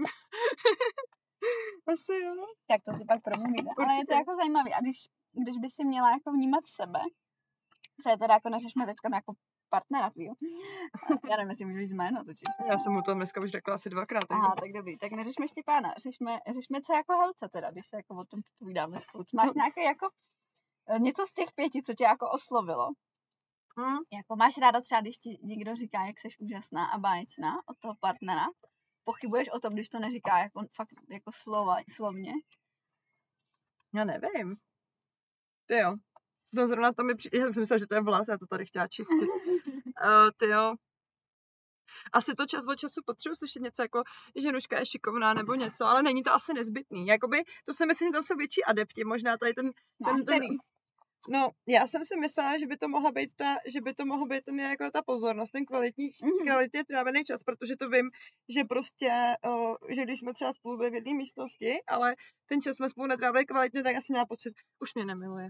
Asi jo. Tak to si pak promluvíte. Ale je to jako zajímavé. A když by si měla jako vnímat sebe, co je teda jako neřešme teďka jako partnera tvýho. Já nevím, jestli můžu říct jméno totiž. Já jsem mu to dneska už řekla asi 2krát. Aha, tak dobrý. Tak neřešme Štěpána. Řešme co jako Helce teda, když se jako o tom povídáme spolu. Máš nějaké jako něco z těch 5, co tě jako oslovilo? Jako máš ráda třeba, když ti někdo říká, jak seš úžasná a báječná od toho partnera? Pochybuješ o tom, když to neříká jako fakt jako slovně? Já nevím. Ty jo. No zrovna to já jsem si myslela, že to je vlas, já to tady chtěla čistit. Ty jo. Asi to čas od času potřebuji slyšet něco jako, že Nuška je šikovná nebo něco, ale není to asi nezbytný. Jakoby, to si myslím, že tam jsou větší adepti, možná tady ten No, já jsem si myslela, že by to mohla být ten jako ta pozornost, ten kvalitně trávený čas, protože to vím, že prostě, že když jsme třeba spolu byli v jedné místnosti, ale ten čas jsme spolu netrávili kvalitně, tak asi měla pocit, už mě nemiluje.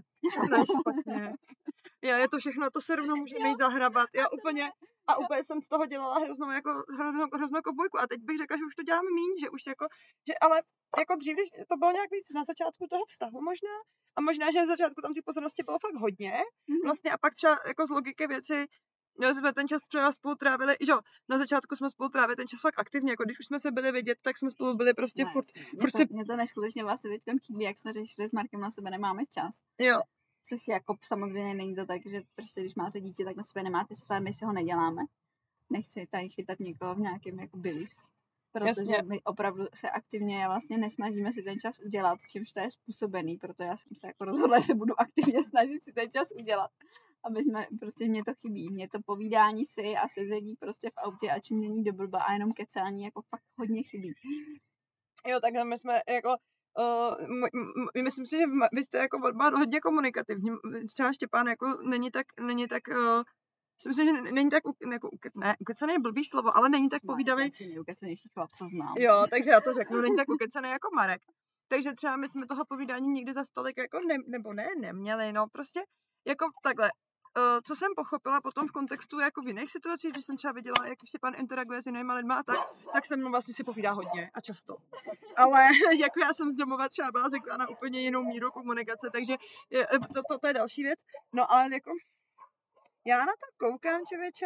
Je to všechno, to se rovnou může jít zahrabat. Já úplně jsem z toho dělala hroznou kobojku a teď bych řekla, že už to dělám míň, že už jako, ale jako dřív, když to bylo nějak víc na začátku toho vztahu možná, a možná, že na začátku tam ty pozornosti bylo fakt hodně, vlastně a pak třeba jako z logiky věci, jsme ten čas třeba spolu trávili, že jo, na začátku jsme spolu trávili ten čas fakt aktivně, jako když už jsme se byli vidět, tak jsme spolu byli prostě furt. Mě to neskutečně vlastně teď chybí, jak jsme řešili s Markem, na sebe nemáme čas. Jo. Což jako samozřejmě není to tak, že prostě když máte dítě, tak na sebe nemáte čas, ale my si ho neděláme. Nechci tady chytat někoho v nějakém jako beliefs. Protože my opravdu se aktivně vlastně nesnažíme si ten čas udělat, čímž to je způsobený, proto já jsem se jako rozhodla, že se budu aktivně snažit si ten čas udělat. Aby mě to chybí. Mě to povídání si a sezení prostě v autě a čím není do blba a jenom kecání jako fakt hodně chybí. Jo, takhle my jsme jako myslím si, že vy jste jako hodně komunikativní. Třeba Štěpán jako není tak myslím, že není tak ukecený je blbý slovo, ale není tak povídavý. Nejukecanější chlap, co znám. Jo, takže já to řeknu, není tak ukecený jako Marek. Takže třeba my jsme toho povídání nikdy za stolik jako neměli, no prostě jako takhle. co jsem pochopila potom v kontextu jako v jiných situacích, když jsem třeba viděla, jak Štěpán interaguje s jinýma lidma a tak se mnou vlastně si povídá hodně a často. Ale jako já jsem z domova třeba byla zvyklá na úplně jinou míru komunikace, takže to je další věc. No ale jako já na to koukám, člověče.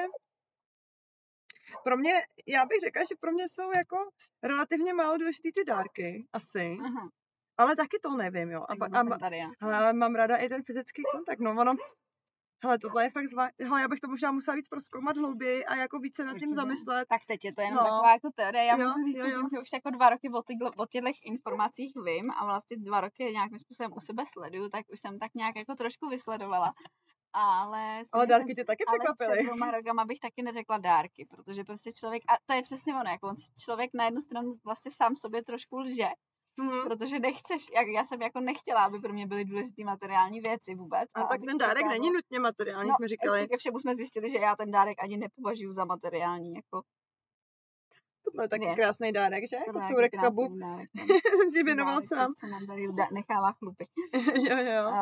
Pro mě, já bych řekla, že pro mě jsou jako relativně málo důležitý ty dárky, asi. Aha. Ale taky to nevím, jo. Ale mám ráda i ten fyzický kontakt, no ono. Hele, tohle je fakt Hele, já bych to možná musela víc prozkoumat hlouběji a jako více nad tím zamyslet. Tak teď je to jenom taková jako teorie. Já můžu říct, že už jako 2 roky o těchto informacích vím a vlastně 2 roky nějakým způsobem u sebe sleduju, tak už jsem tak nějak jako trošku vysledovala. Ale dárky tě taky překvapily. Ale před 2 rokama bych taky neřekla dárky, protože prostě člověk, a to je přesně ono, jako člověk na jednu stranu vlastně sám sobě trošku lže, protože nechceš, já jsem jako nechtěla, aby pro mě byly důležité materiální věci vůbec. A tak ten dárek není nutně materiální, jsme říkali. Ještě ke všemu jsme zjistili, že já ten dárek ani nepovažuju za materiální, jako. To byl taky krásný dárek, že? Jako čourek kabu. Si věnoval sám. Se nám tady nechává chlupy. jo.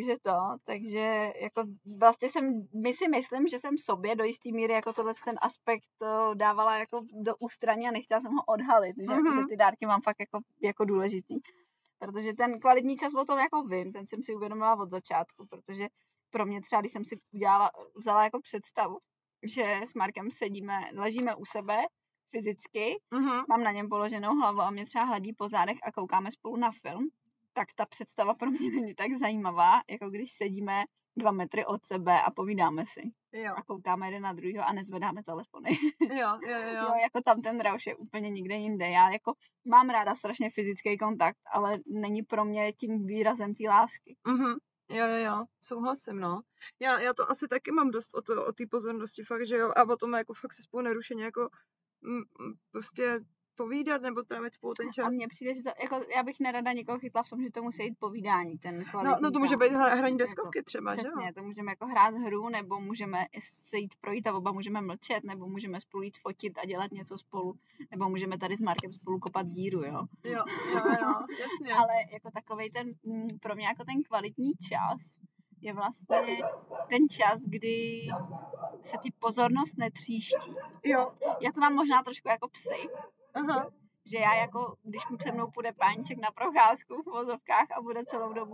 Takže jako vlastně my si myslím, že jsem sobě do jistý míry jako ten aspekt dávala jako do ústraní a nechtěla jsem ho odhalit, že ty dárky mám fakt jako důležitý. Protože ten kvalitní čas o tom jako vím, ten jsem si uvědomila od začátku, protože pro mě třeba, když jsem si vzala jako představu, že s Markem ležíme u sebe, fyzicky, mám na něm položenou hlavu a mě třeba hladí po zádech a koukáme spolu na film, tak ta představa pro mě není tak zajímavá, jako když sedíme 2 metry od sebe a povídáme si. Jo. A koukáme jeden na druhýho a nezvedáme telefony. Jo. Jako tam ten rauš je úplně někde jinde. Já jako mám ráda strašně fyzický kontakt, ale není pro mě tím výrazem té lásky. Jo, souhlasím, no. Já to asi taky mám dost o té pozornosti, fakt, že jo, a o tom jako fakt se spolu nerušeně jako prostě povídat nebo trávit spolu ten čas. A mně přijde, že to, jako, já bych nerada někoho chytla v tom, že to musí jít povídání, ten kvalitní. No to může být hraní deskovky jako, třeba, přesně, že jo? To můžeme jako hrát hru, nebo můžeme se jít projít a oba můžeme mlčet, nebo můžeme spolu jít fotit a dělat něco spolu, nebo můžeme tady s Markem spolu kopat díru, jo? Jo, jasně. Ale jako takovej pro mě jako ten kvalitní čas je vlastně ten čas, kdy se ty pozornost netříští. Jo. Já to mám možná trošku jako psy. Aha. Že já jako, když se mnou půjde páníček na procházku v vozovkách a bude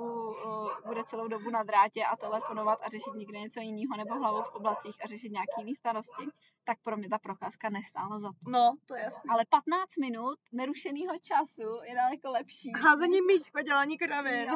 celou dobu na drátě a telefonovat a řešit někde něco jiného nebo hlavou v oblacích a řešit nějaký jiný starosti, tak pro mě ta procházka nestála za to. No, to je jasné. Ale 15 minut nerušenýho času je daleko lepší. Házení míčka, dělání kravin.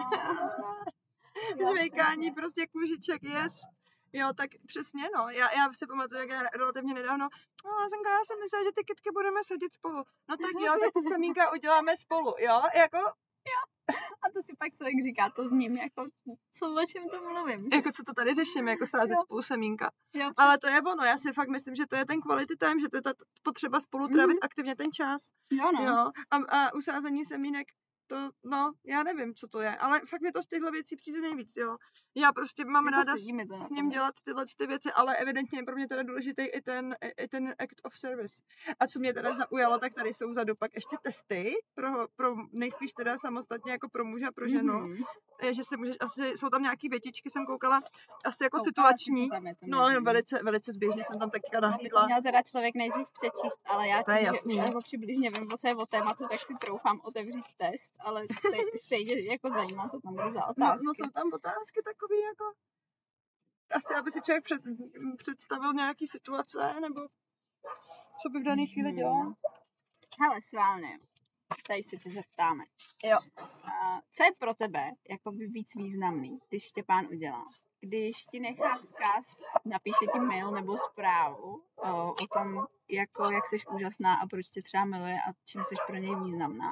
Žvejkání, přesně. prostě kůžiček, yes. Jo, tak přesně, no. Já si pamatuju, jak já relativně nedávno, Lázenka, já jsem myslela, že ty kytky budeme sedět spolu. No tak jo, tak ty semínka uděláme spolu, jo, jako. Jo. A to si pak člověk říká, to s ním, jako, o čem to mluvím. Jako se to tady řešíme, jako sázet spolu semínka. Jo. Ale to je ono, já si fakt myslím, že to je ten quality time, že to je ta potřeba spolu trávit aktivně ten čas. Jo. A usázení semínek, to, no, já nevím, co to je, ale fakt mi to z těchto věcí přijde nejvíc, jo. Já prostě mám ráda s ním dělat tyhle věci, ale evidentně je pro mě teda důležitý i ten act of service. A co mě teda zaujalo, tak tady jsou vzadu pak ještě testy pro nejspíš teda samostatně jako pro muže a pro ženu. Že se můžeš, asi jsou tam nějaký větičky, jsem koukala, asi jako situační. No ale velice zběžně jsem tam teďka nahlídla. To měl teda člověk nejdřív přečíst, ale já tím, že přibližně vím, co je o tématu, tak si troufám otevřít test, ale stejně jako zajímá, co tam bude za otázky. No jsou tam otázky takový jako, asi aby si člověk představil nějaký situace, nebo co by v dané chvíli dělal. Hele, Sválně, tady si zeptáme. Jo. Co je pro tebe jako by víc významný, když Štěpán udělá? Když ti nechá vzkaz, napíše ti mail nebo zprávu o tom, jako, jak jsi úžasná a proč tě třeba miluje a čím jsi pro něj významná.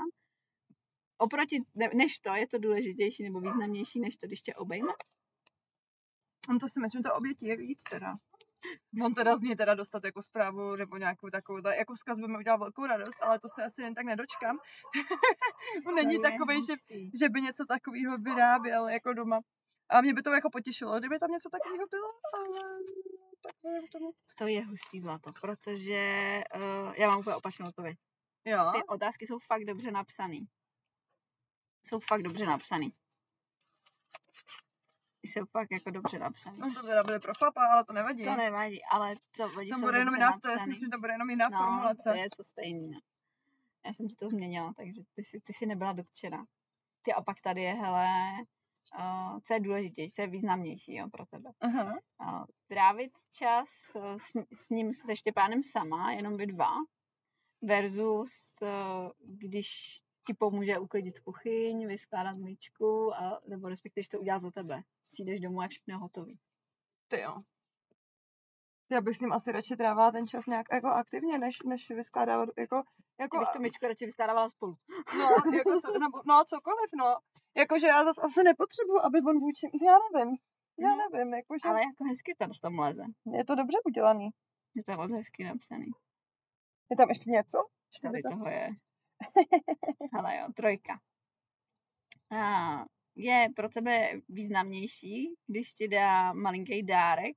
Než to, je to důležitější nebo významnější, než to, když tě obejme? To si myslím, to obětí je víc teda. On teda z něj teda dostat jako zprávu nebo nějakou takovou, jako vzkaz by mi udělal velkou radost, ale to se asi jen tak nedočkám. On není takovej, že by něco takového vyráběl jako doma. A mě by to jako potěšilo, kdyby tam něco takového bylo, ale tak to je v tomu. To je hustý zlato, protože já mám úplně opačnou odpověď. Jo. Ty otázky jsou fakt dobře napsaný. jsou fakt jako dobře napsaný. No to teda byly pro chlapa, ale to nevadí. To nevadí, ale oni to jsou bude jenom dobře jiná, napsaný. Já si myslím, že to bude jenom jiná formulace. To je to stejný, no. Já jsem ti to změnila, takže ty jsi nebyla dotčena. Ty opak tady je, hele, co je důležitější, co je významnější, jo, pro tebe. Aha. Trávit čas s ním, se Štěpánem sama, jenom vy dva, versus když ti pomůže uklidit kuchyň, vyskládat myčku, nebo respektive, to udělá za tebe. Přijdeš domů a všechno je hotový. Ty jo. Já bych s ním asi radši trávila ten čas nějak jako aktivně, než vyskládávat jako... Bych tu myčku radši vyskládávala spolu. No, jako cokoliv, no. Jakože já zase asi nepotřebuji, aby on vůči... Já nevím, jakože... Ale jako hezky tam v tom leze. Je to dobře udělaný. Je to moc hezky napsaný. Je tam ještě něco? Tady toho je. Hele jo, 3. Je pro tebe významnější, když ti dá malinký dárek,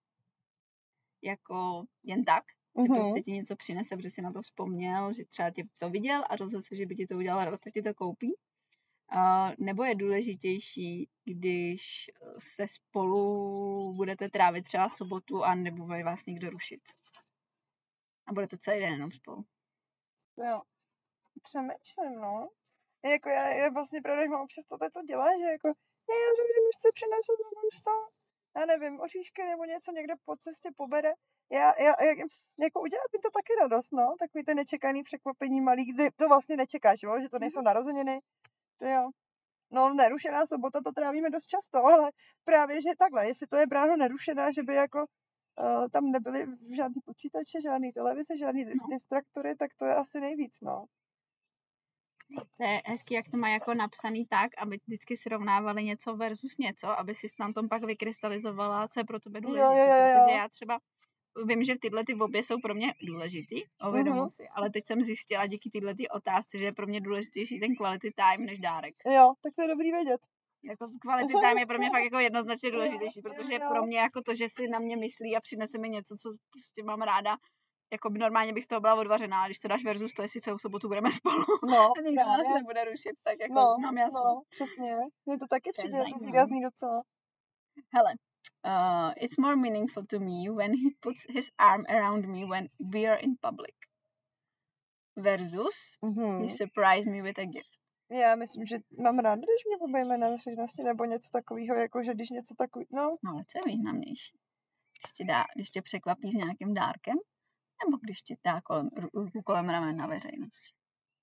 jako jen tak, že prostě ti něco přinese, protože jsi na to vzpomněl, že třeba tě to viděl a rozhodl se, že by ti to udělal radost, tak ti to koupí. Nebo je důležitější, když se spolu budete trávit třeba sobotu a nebude vás někdo rušit. A budete celý den jenom spolu. Jo, přemýšlím, no. Jako já vlastně pravda, že mám občas to dělá, že jako, já jsem když se přinesl já nevím, oříšky nebo něco někde po cestě pobere. Já jako udělat mi to taky radost, no. Takový ten nečekaný překvapení malý, kdy to vlastně nečekáš, jo, že to nejsou narozeniny. To jo. No, nerušená sobota, to trávíme dost často, ale právě, že takhle, jestli to je bráno nerušená, že by jako tam nebyly žádný počítače, žádný televize, žádný distraktory, tak to je asi nejvíc, no. To je hezky, jak to má jako napsaný tak, aby vždycky srovnávali něco versus něco, aby si na tom pak vykrystalizovala, co je pro tebe důležité. Protože já třeba vím, že tyhle ty obě jsou pro mě důležitý, uvědomuji si, ale teď jsem zjistila díky tyhle ty otázce, že je pro mě důležitější ten quality time než dárek. Jo, tak to je dobrý vědět. Jako quality time je pro mě fakt jako jednoznačně důležitější, protože pro mě jako to, že si na mě myslí a přinese mi něco, co prostě mám ráda, jako by normálně bych z toho byla odvařená, ale když to dáš versus to, jestli celou sobotu budeme spolu a nikdo nás nebude rušit, tak jako mám jasno. No, přesně. Mně to taky přijde výrazný docela. Hele, it's more meaningful to me when he puts his arm around me when we are in public. Versus he surprised me with a gift. Já myslím, že mám ráda, když mě obejme na veřejnosti nebo něco takového, jako že když něco takový, no. No ale co je významnější? Když tě překvapí s nějakým dárkem, nebo když ti dá kolem ramen na veřejnosti?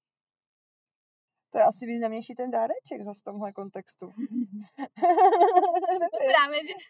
To je asi významnější ten dáreček zase v tomhle kontextu. právě, že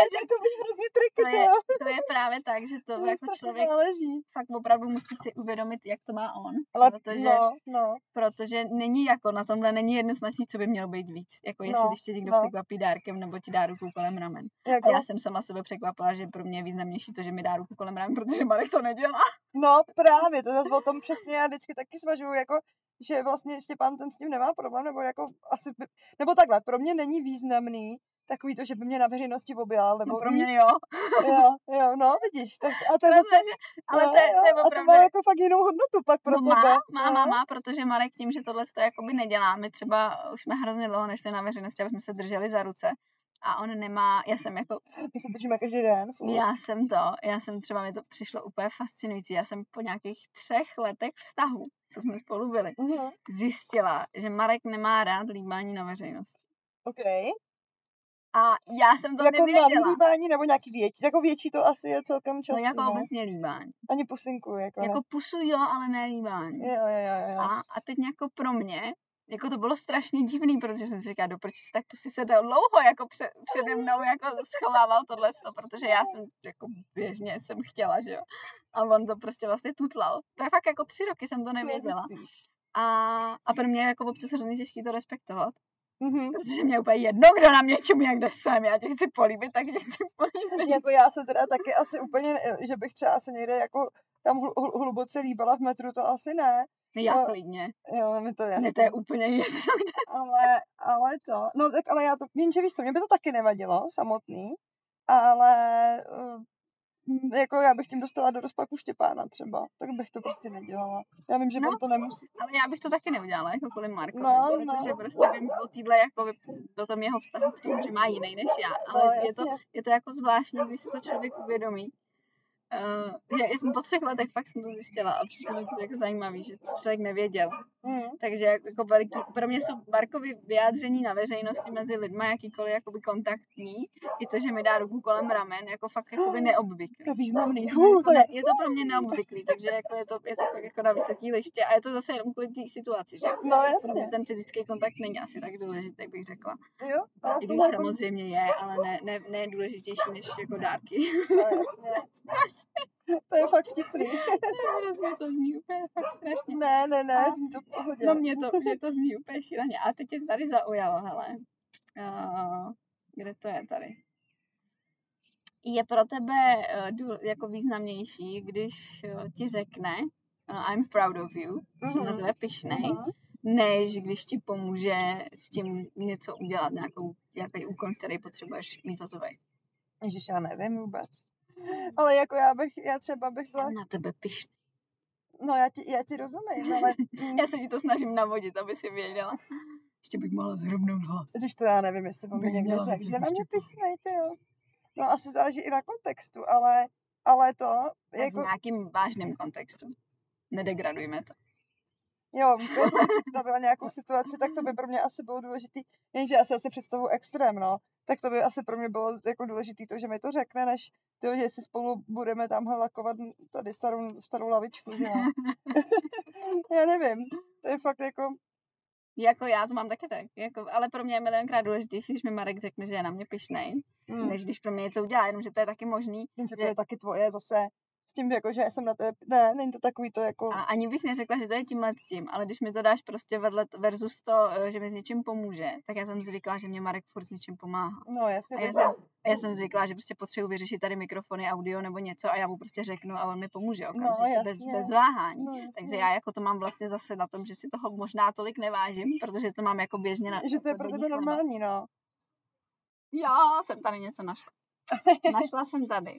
to je právě tak, že to jako člověk fakt opravdu musí si uvědomit, jak to má on. Ale, protože není jako na tomhle není jednoznačný, co by mělo být víc. Jako jestli když tě někdo překvapí dárkem, nebo ti dá ruku kolem ramen. Jako? A já jsem sama sebe překvapila, že pro mě je významnější to, že mi dá ruku kolem ramen, protože Marek to nedělá. No právě, to zase o tom přesně já vždycky taky svažuju, jako že vlastně Štěpán ten s tím nemá problém, nebo jako asi, nebo takhle, pro mě není významný takový to, že by mě na veřejnosti objal, nebo no, pro mě jo. Jo, no, vidíš. Tak, a to ale to je opravdu. A to má jako fakt jinou hodnotu pak pro tebe. Má, protože Marek tím, že tohle to jakoby nedělá, my třeba už jsme hrozně dlouho nešli na veřejnosti, aby jsme se drželi za ruce. A on nemá, já jsem jako... My se držíme každý den. Já jsem třeba, mi to přišlo úplně fascinující. Já jsem po nějakých 3 letech vztahu, co jsme spolu byli, zjistila, že Marek nemá rád líbání na veřejnosti. OK. A já jsem to jako nevěděla. Jako líbání nebo nějaký větší? Jako větší to asi je celkem často. No jako obecně líbání. Ani pusinku. Jako pusu jo, ale ne líbání. Jo. A teď jako pro mě, jako to bylo strašně divný, protože jsem si říkala, doprčíc, tak to si se dal dlouho jako přede mnou jako schovával tohleto, protože já jsem jako běžně jsem chtěla, že jo. A on to prostě vlastně tutlal. To je fakt jako 3 roky jsem to nevěděla. A pro mě je jako občas hrozně těžký to respektovat. Protože mě je úplně jedno, kdo na mě čumí, jak kde jsem. Já tě chci políbit, tak tě chci políbit. Jako já se teda taky asi úplně, že bych třeba asi někde jako tam hluboce líbala v metru, to asi ne. Já klidně. Jo, mi to jasný. Mně to je úplně jedno, ale to, no tak ale já to, vím, že víš co, mě by to taky nevadilo, samotný, ale jako já bych tím dostala do rozpaku Štěpána třeba, tak bych to prostě nedělala. Já vím, že on to nemusí. Ale já bych to taky neudělala, jako kvůli Markovi, protože No. prostě vím o týhle, jako o tom jeho vztahu k tomu, že má jiný než já, ale je to jako zvláštní, když si to člověk uvědomí. Že po 3 letech fakt jsem to zjistila a přišlo mi to jako zajímavý, že to člověk nevěděl. Takže jako pro mě jsou Markovy vyjádření na veřejnosti mezi lidma jakýkoliv jakoby kontaktní, i to, že mi dá ruku kolem ramen, jako fakt jakoby neobvyklý. To je významný. Je to pro mě neobvyklý, takže jako je to fakt jako na vysoký liště a je to zase jenom kvůli té situaci, že? No jasně. Ten fyzický kontakt není asi tak důležitý, bych řekla. Jo, ale i když samozřejmě je, ale ne důležitější než jako dárky. No jasně. To je fakt vtipný. Hrozně to zní úplně fakt strašně. Ne, zní to v pohodě. No mě to zní úplně šíleně. A teď tě tady zaujalo, hele. Kde to je tady? Je pro tebe jako významnější, když ti řekne I'm proud of you, že na tebe pyšnej, než když ti pomůže s tím něco udělat, nějaký úkon, který potřebuješ mít hotový. Ježiš, já nevím vůbec. Ale jako já třeba bych zla... Na tebe pyšnej. No já ti rozumím, ale... Já se ti to snažím navodit, aby si věděla. Ještě bych mohla zhrubnout hlas. Když to já nevím, jestli by mi někdo řekl, že na mě pyšnej, jo. No asi záleží i na kontextu, ale to... Jako... V nějakým vážným kontextu. Nedegradujme to. Jo, to byla nějakou situaci, tak to by pro mě asi bylo důležitý, jenže já si asi představuji extrém, no. Tak to by asi pro mě bylo jako důležitý to, že mi to řekne, než to, že si spolu budeme tamhle lakovat tady starou lavičku, že jo. Já nevím, to je fakt jako... Jako já to mám taky tak, jako, ale pro mě je milionkrát důležitější, když mi Marek řekne, že je na mě pyšnej, než když pro mě něco udělá, jenomže to je taky možný. Že to je taky tvoje zase. S tím, jako, že jsem na tebe, ne, není to takový to jako... A ani bych neřekla, že to je tímhle s tím, ale když mi to dáš prostě vedle versus to, že mi s něčím pomůže, tak já jsem zvyklá, že mě Marek furt s něčím pomáhá. No jasně. Já jsem zvyklá, že prostě potřebuji vyřešit tady mikrofony, audio nebo něco a já mu prostě řeknu a on mi pomůže okamžitě, bez váhání. No, takže já jako to mám vlastně zase na tom, že si toho možná tolik nevážím, protože to mám jako běžně na... Že to je pro tebe normální, no. Já jsem tady něco našla. Našla jsem tady.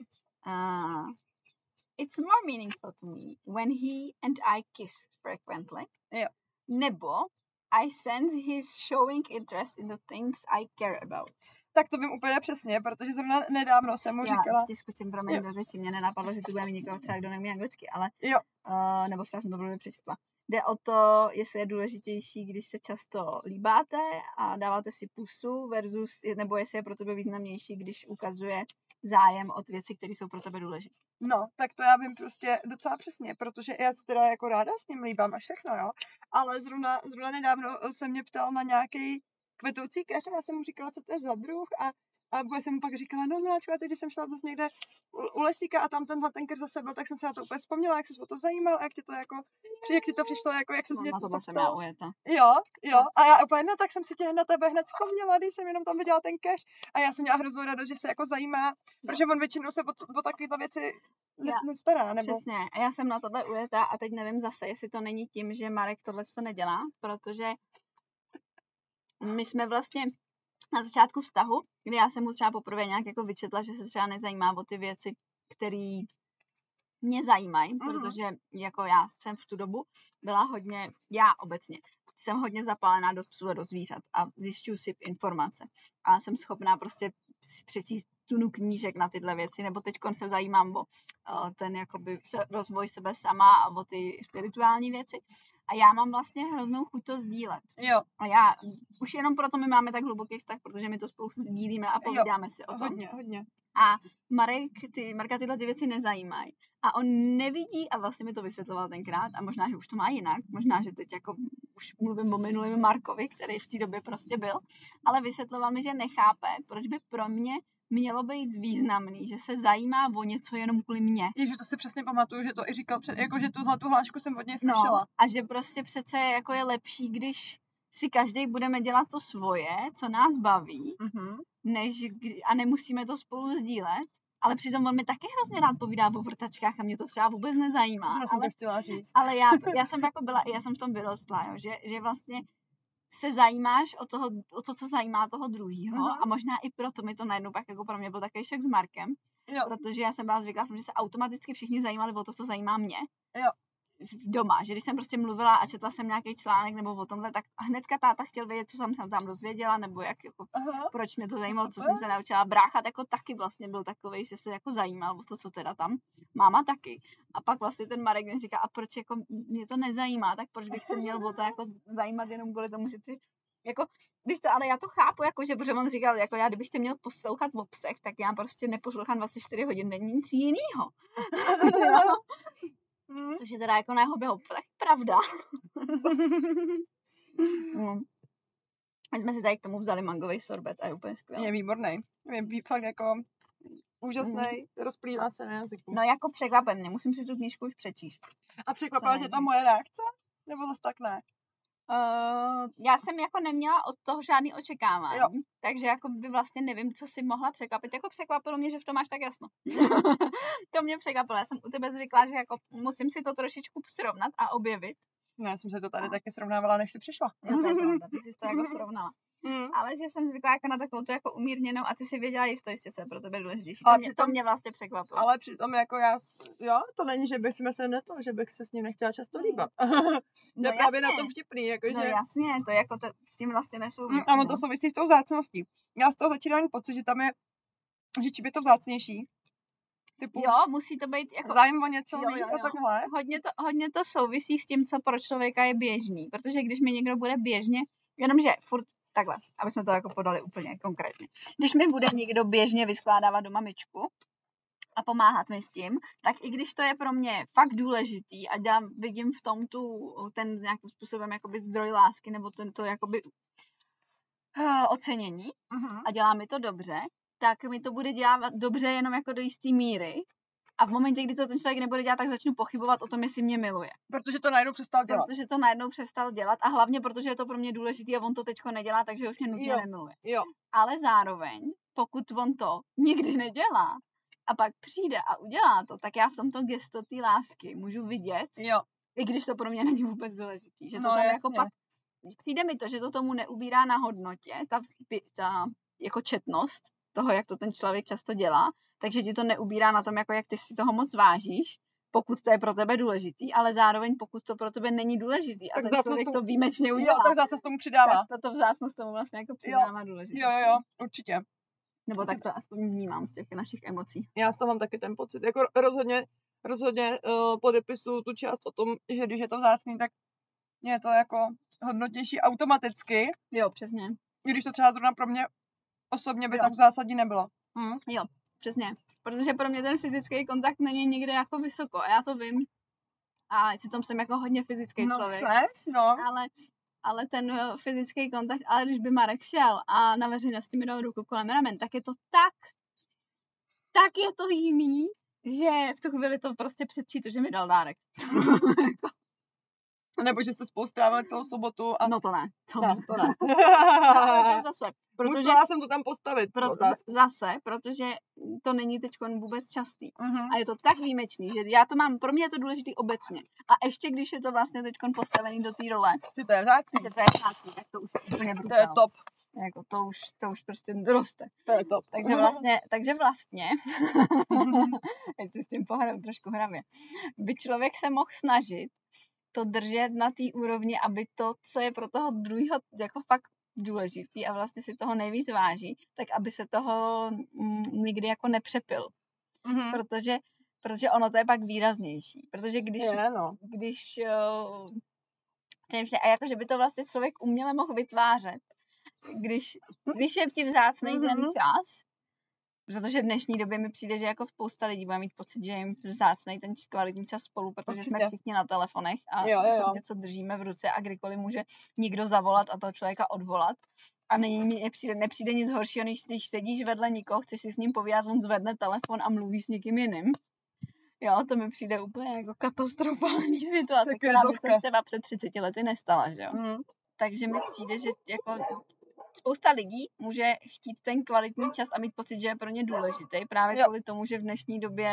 It's more meaningful to me when he and I kiss frequently. Jo. Nebo I sense he's showing interest in the things I care about. Tak to vím úplně přesně, protože zrovna nedávno jsem mu říkala... Já ti skočím pro mě do řeči, mě nenapadlo, že tu budeme někoho třeba, kdo neumí anglicky, ale... Jo. Nebo třeba jsem to blbě přečetla. Jde o to, jestli je důležitější, když se často líbáte a dáváte si pusu versus, nebo jestli je pro tebe významnější, když ukazuje zájem od věcí, které jsou pro tebe důležité. No, tak to já vím prostě docela přesně, protože já si teda jako ráda s ním líbám a všechno, jo. Ale zrovna nedávno se mě ptal na nějaký kvetoucí keř a já jsem mu říkala, co to je za druh a jsem mu pak říkala, no miláčku, a teď, když jsem šla vlastně někde u lesíka a tam ten keř zase byl, tak jsem se na to úplně vzpomněla, jak jsi o to zajímal a jak ti to přišlo, jako jak se z mě to stalo. Jo, a já úplně, no tak jsem si tě na tebe hned vzpomněla, když jsem jenom tam viděla ten keř a já jsem měla hroznou radost, že se jako zajímá, protože on většinou se o takovéhle věci nestará, nebo... Přesně, a já jsem na tohle ujetá a teď nevím zase, jestli to není tím, že Marek tohle to nedělá, protože my jsme vlastně na začátku vztahu, kdy já jsem mu třeba poprvé nějak jako vyčetla, že se třeba nezajímá o ty věci, které mě zajímají, protože jako já jsem v tu dobu byla hodně, já obecně, jsem hodně zapálená do psů a do zvířat a zjišťuju si informace a jsem schopná prostě přečíst tunu knížek na tyhle věci, nebo teď se zajímám o ten jakoby rozvoj sebe sama a o ty spirituální věci. A já mám vlastně hroznou chuť to sdílet. Jo. A já, už jenom proto my máme tak hluboký vztah, protože my to spolu sdílíme a povídáme si o tom. Hodně. A Marka tyhle ty věci nezajímají. A on nevidí, a vlastně mi to vysvětloval tenkrát, a možná, že už to má jinak, možná, že teď jako už mluvím o minulém Markovi, který v té době prostě byl, ale vysvětloval mi, že nechápe, proč by pro mě mělo být významný, že se zajímá o něco jenom kvůli mně. Ježiš, to si přesně pamatuju, že to i říkal, jako že tu hlášku jsem od něj slyšela. No, a že prostě přece jako je lepší, když si každý budeme dělat to svoje, co nás baví, a nemusíme to spolu sdílet. Ale přitom on mi taky hrozně rád povídá o vrtačkách a mě to třeba vůbec nezajímá. Ale já jsem v tom vyrostla, jo, že vlastně se zajímáš o to, co zajímá toho druhýho a možná i proto mi to najednou pak jako pro mě byl takový šok s Markem, protože já jsem byla zvyklá, že se automaticky všichni zajímali o to, co zajímá mě. Doma, že když jsem prostě mluvila a četla jsem nějaký článek nebo o tomhle, tak hnedka táta chtěl vědět, co jsem tam dozvěděla, nebo jak, jako, proč mě to zajímalo, co jsem se naučila. Brácha jako taky vlastně byl takovej, že se jako zajímal o to, co teda tam. Máma taky. A pak vlastně ten Marek mi říká, a proč jako mě to nezajímá, tak proč bych se měl o to jako zajímat jenom kvůli tomu, že ty jako, když to, ale já to chápu, jako, že protože on říkal, jako já, kdybych tě měl poslouchat o psech, tak já prostě neposlouchám 24 hodin, není nic jinýho. Což je teda jako na jeho běhu tak pravda. My jsme si tady k tomu vzali mangový sorbet a je úplně skvělý. Je výborný. Je fakt jako úžasný, rozplývá se na jazyku. No jako překvapem mě, musím si tu knížku už přečíst. A překvapila tě ta moje reakce? Nebo zase tak ne? Já jsem jako neměla od toho žádný očekávání, takže jako by vlastně nevím, co si mohla překvapit. Jako překvapilo mě, že v tom máš tak jasno. To mě překvapilo. Já jsem u tebe zvykla, že jako musím si to trošičku srovnat a objevit. No, já jsem se to tady taky srovnávala, než jsi přišla. No, to je pravda, ty jsi to jako srovnala. Ale že jsem zvykla jako na takovou to jako umírněnou a ty si věděla jistě, co je pro tebe důležitější. To mě vlastně překvapilo. Ale přitom jako to není, že bych se že bych se s ním nechtěla často líbat. To je právě na tom vtipný. Jako, no jasně, to jako s tím vlastně nesouvisí. A on to souvisí s tou vzácností. Já z toho začínám mít pocit, že tam je, že čím je to vzácnější. Typu, musí to být jako zájem o něco víc a takhle. Hodně to souvisí s tím, co pro člověka je běžný. Protože když mi někdo bude běžně, jenomže furt takhle, aby jsme to jako podali úplně konkrétně. Když mi bude někdo běžně vyskládávat doma myčku a pomáhat mi s tím, tak i když to je pro mě fakt důležitý a vidím v tom ten nějakým způsobem jakoby zdroj lásky nebo tento jakoby ocenění a dělá mi to dobře, tak mi to bude dělat dobře jenom jako do jistý míry. A v momentě, kdy to ten člověk nebude dělat, tak začnu pochybovat o tom, jestli mě miluje. Protože to najednou přestal dělat. A hlavně, protože je to pro mě důležitý a on to teďko nedělá, takže už mě nutně nemiluje. Ale zároveň, pokud on to nikdy nedělá a pak přijde a udělá to, tak já v tomto gesto té lásky můžu vidět, i když to pro mě není vůbec důležitý. Že to tam jako pak přijde mi to, že to tomu neubírá na hodnotě, ta jako četnost toho, jak to ten člověk často dělá, takže ti to neubírá na tom, jako jak ty si toho moc vážíš, pokud to je pro tebe důležitý, ale zároveň pokud to pro tebe není důležitý a ten člověk to výjimečně udělá. Tak vzácnost tomu přidává. Tak to vzácnost tomu vlastně jako přidává důležitý. Jo, určitě. Nebo tak to aspoň vnímám z těch našich emocí. Já z toho mám taky ten pocit. Jako rozhodně podepisuju tu část o tom, že když je to vzácný, tak je to jako hodnotnější automaticky. Jo, přesně. I když to třeba zrovna pro mě osobně by tak v zásadě nebylo. Jo, přesně. Protože pro mě ten fyzický kontakt není nikde jako vysoko. A já to vím. A přitom jsem jako hodně fyzický člověk. Ale ten fyzický kontakt, ale když by Marek šel a na veřejnosti mi dal ruku kolem ramen, tak je to tak je to jiný, že v tu chvíli to prostě předčítu, že mi dal dárek. Nebo že jste spolu strávili celou sobotu. No to ne. To ne. Zase, protože musela jsem to tam postavit. Protože to není teď vůbec častý. A je to tak výjimečný, že já to mám, pro mě je to důležitý obecně. A ještě když je to vlastně teď postavený do té role. Že to je vzácný. Tak to už úplně brutál. To je top. Jako to už prostě roste. To je top. Takže vlastně teď si s tím pohraju trošku hravě. By člověk se mohl snažit to držet na té úrovni, aby to, co je pro toho druhého jako fakt důležitý a vlastně si toho nejvíc váží, tak aby se toho nikdy jako nepřepil. Protože ono to je pak výraznější. Protože když a jako, že by to vlastně člověk uměle mohl vytvářet, když je ti vzácnej ten čas, protože v dnešní době mi přijde, že jako spousta lidí bude mít pocit, že jim vzácnej ten kvalitní čas spolu, protože jsme všichni na telefonech a něco držíme v ruce a kdykoliv může někdo zavolat a toho člověka odvolat. A nepřijde nic horšího, než když sedíš vedle nikoho, chceš si s ním povídat, on zvedne telefon a mluvíš s někým jiným. Jo, to mi přijde úplně jako katastrofální situace, která by se třeba před 30 lety nestala, že jo. Takže mi přijde, že jako spousta lidí může chtít ten kvalitní čas a mít pocit, že je pro ně důležitý, právě kvůli tomu, že v dnešní době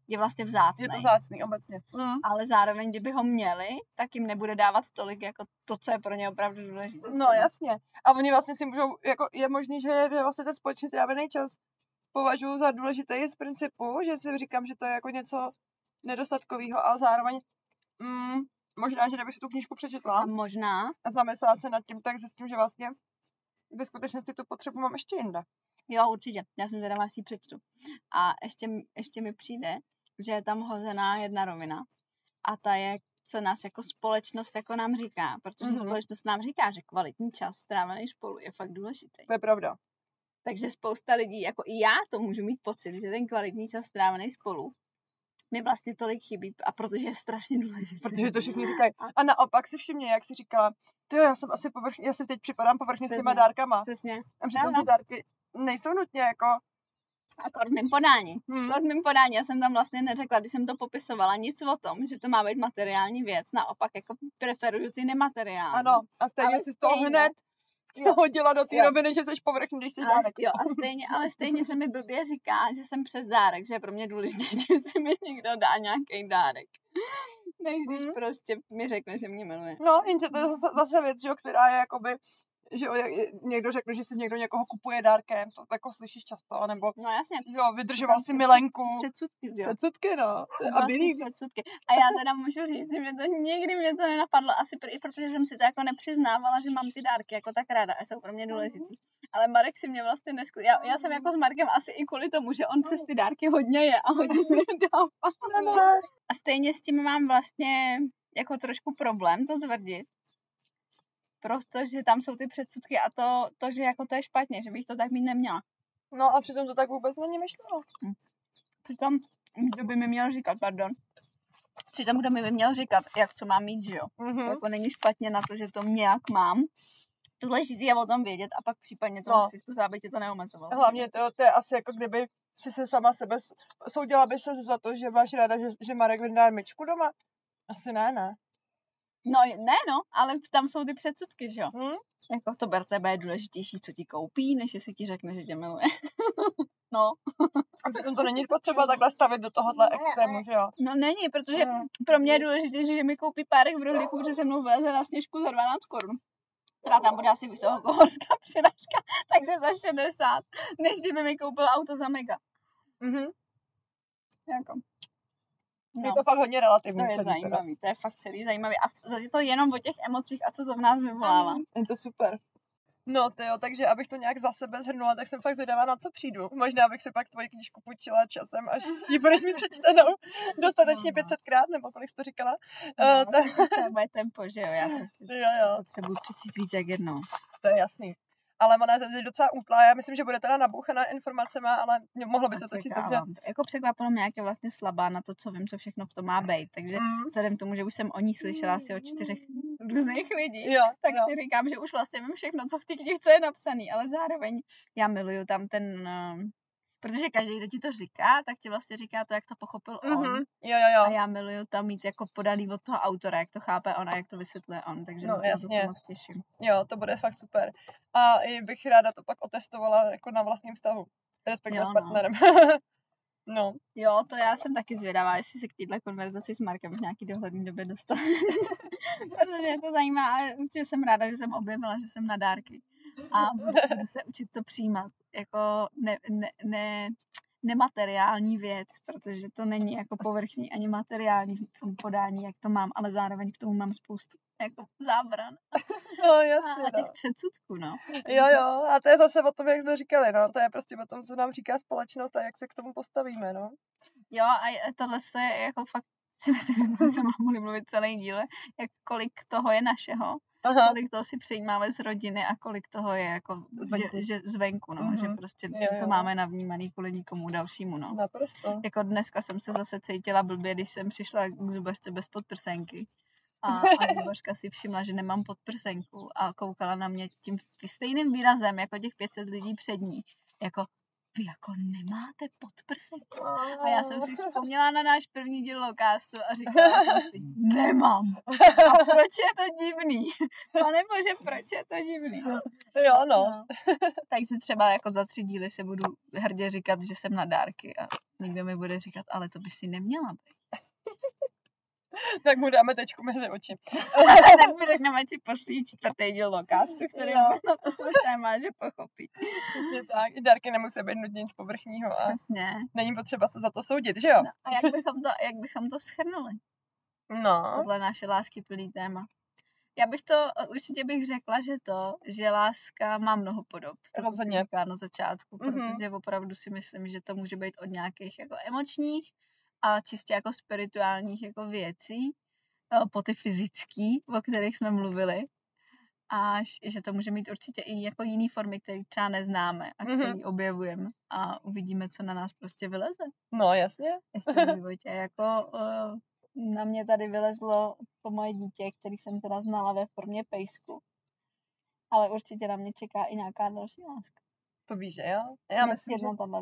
je vlastně vzácný. Je to vzácný obecně. Ale zároveň, kdyby ho měli, tak jim nebude dávat tolik jako to, co je pro ně opravdu důležité. No jasně. A oni vlastně si můžou, jako je možný, že vlastně ten společně trávený čas považuji za důležitý z principu, že si říkám, že to je jako něco nedostatkového, ale zároveň možná, že kdybych si tu knížku přečetla. A možná. A zamyslela se nad tím, tak zjistím, že vlastně ve skutečnosti tu potřebu mám ještě jinde. Jo, určitě. Já jsem teda si přečtu. A ještě mi přijde, že je tam hozená jedna rovina. A ta je, co nás jako společnost jako nám říká. Protože společnost nám říká, že kvalitní čas strávený spolu je fakt důležitý. To je pravda. Takže spousta lidí, jako i já to můžu mít pocit, že ten kvalitní čas strávený spolu mi vlastně tolik chybí, a protože je strašně důležitý. Protože to všichni říkají. A naopak si všimně, jak jsi říkala, já si teď připadám povrchně s těma dárkama. Přesně. A přitom ty dárky nejsou nutně jako... A kord mým podání. Já jsem tam vlastně neřekla, když jsem to popisovala, nic o tom, že to má být materiální věc. Naopak jako preferuju ty nemateriální. Ano, a stejně si z toho hned hodila do té roviny, že jsi povrchní, když jsi dárek. Jo, ale stejně se mi blbě říká, že jsem přes dárek, že je pro mě důležité, že si mi někdo dá nějaký dárek. Než když prostě mi řekne, že mě miluje. No, jenže to je zase věc, že jo, která je jakoby, že jo, někdo řekne, že si někdo někoho kupuje dárkem, to jako slyšíš často, nebo no jasně. Jo, vydržoval si milenku. Předsudky, no. Předsudky. A já teda můžu říct, že nikdy mě to nenapadlo, asi i protože jsem si to jako nepřiznávala, že mám ty dárky jako tak ráda a jsou pro mě důležitý. Ale Marek si mě vlastně já jsem jako s Markem asi i kvůli tomu, že on přes ty dárky hodně je a hodně mě dává. A stejně s tím mám vlastně jako trošku problém to tvrdit. Protože tam jsou ty předsudky a to, že jako to je špatně, že bych to tak mít neměla. No a přitom to tak vůbec není myšleno. Přitom, kdo by mi měl říkat, kdo mi měl říkat, jak co mám mít, že jo. Jako není špatně na to, že to nějak mám. Důležité je o tom vědět a pak případně to přizpůsobit, aby tě to neomezovalo. Hlavně to je asi jako kdyby si se sama sebe soudila by se za to, že máš ráda, že Marek vydá myčku doma. Asi ne. No, ale tam jsou ty předsudky, že jo. Jako to ber tebe je důležitější, co ti koupí, než jestli ti řekne, že tě miluje. No. A přitom to není potřeba takhle stavit do tohohle extrému, že jo? No není, protože pro mě je důležité, že mi koupí párek v rohlíku, protože se mnou vleze na Sněžku za 12 korun. Která tam bude asi vysokohorská přirážka, takže za 60, než kdyby mi koupil auto za mega. Jako. No. Je to fakt hodně relativní. To je zajímavý, to je fakt celý zajímavý. A je to jenom o těch emocích a co to v nás vyvolává. Je to super. No jo, takže abych to nějak za sebe shrnula, tak jsem fakt zvědavá, na co přijdu. Možná bych si pak tvoji knížku půjčila časem, až ji budeš mi přečtenou dostatečně 500krát, nebo kolik jsi to říkala. To je moje tempo, že jo, já prostě potřebuji přečíst víc jak jednou. To je jasný. Ale ona je docela útlá, já myslím, že bude teda nabouchaná informacema, ale mohlo by se to číst dobře. Jako překvapilo mě, jak je vlastně slabá na to, co vím, co všechno v tom má být. Takže vzhledem k tomu, že už jsem o ní slyšela asi od 4 různých lidí, tak si říkám, že už vlastně vím všechno, co v té knižce je napsaný, ale zároveň já miluju tam ten... Protože každý, kdo ti to říká, tak ti vlastně říká to, jak to pochopil on. Jo. A já miluju tam mít jako podaný od toho autora, jak to chápe on a jak to vysvětluje on. Takže jasně. to moc těším. Jo, to bude fakt super. A bych ráda to pak otestovala jako na vlastním vztahu. Respektive s partnerem. No. Jo, to já jsem taky zvědavá, jestli se k téhle konverzaci s Markem v nějaký dohledný době dostane. Protože mě to zajímá, ale určitě jsem ráda, že jsem objevila, že jsem na dárky. A budu se učit to přijímat jako nemateriální věc, protože to není jako povrchní ani materiální v tom podání, jak to mám, ale zároveň k tomu mám spoustu jako zábran. No, jasně, a těch předsudků, no. Jo, a to je zase o tom, jak jsme říkali, no, to je prostě o tom, co nám říká společnost a jak se k tomu postavíme, no. Jo, a tohle je jako fakt, si myslím, že jsme mohli mluvit celý díl, jak kolik toho je našeho, kolik toho si přejímáme z rodiny a kolik toho je jako že zvenku, no, že prostě to máme navnímaný kvůli nikomu dalšímu, no. Naprosto. Jako dneska jsem se zase cítila blbě, když jsem přišla k zubařce bez podprsenky. A zubařka si všimla, že nemám podprsenku a koukala na mě tím stejným výrazem, jako těch 500 lidí před ní. Jako, vy jako nemáte podprsek. A já jsem si vzpomněla na náš první díl Locastu a říkala jsem si, nemám. A proč je to divný? Pane bože, proč je to divný? Jo, no. Takže třeba jako za 3 díly se budu hrdě říkat, že jsem na dárky a někdo mi bude říkat, ale to by si neměla být. Tak mu dáme tečku mezi oči. Tak mi řekneme, či pošlí 4. díl Locastu, který na to téma, že pochopí. Přesně tak. I dárky nemusí být nutně nic povrchního. A přesně. není potřeba se za to soudit, že jo? No, a jak bychom to shrnuli? No. Tohle naše láskyplný téma. Určitě bych řekla, že láska má mnoho podob. To rozhodně. jsem říkala na začátku, protože opravdu si myslím, že to může být od nějakých jako emočních a čistě jako spirituálních jako věcí, po ty fyzický, o kterých jsme mluvili. A že to může mít určitě i jako jiný formy, které třeba neznáme a které objevujeme a uvidíme, co na nás prostě vyleze. No, jasně. Jako na mě tady vylezlo to moje dítě, který jsem teda znala ve formě pejsku. Ale určitě na mě čeká i nějaká další láska. To víš, že jo? Já myslím,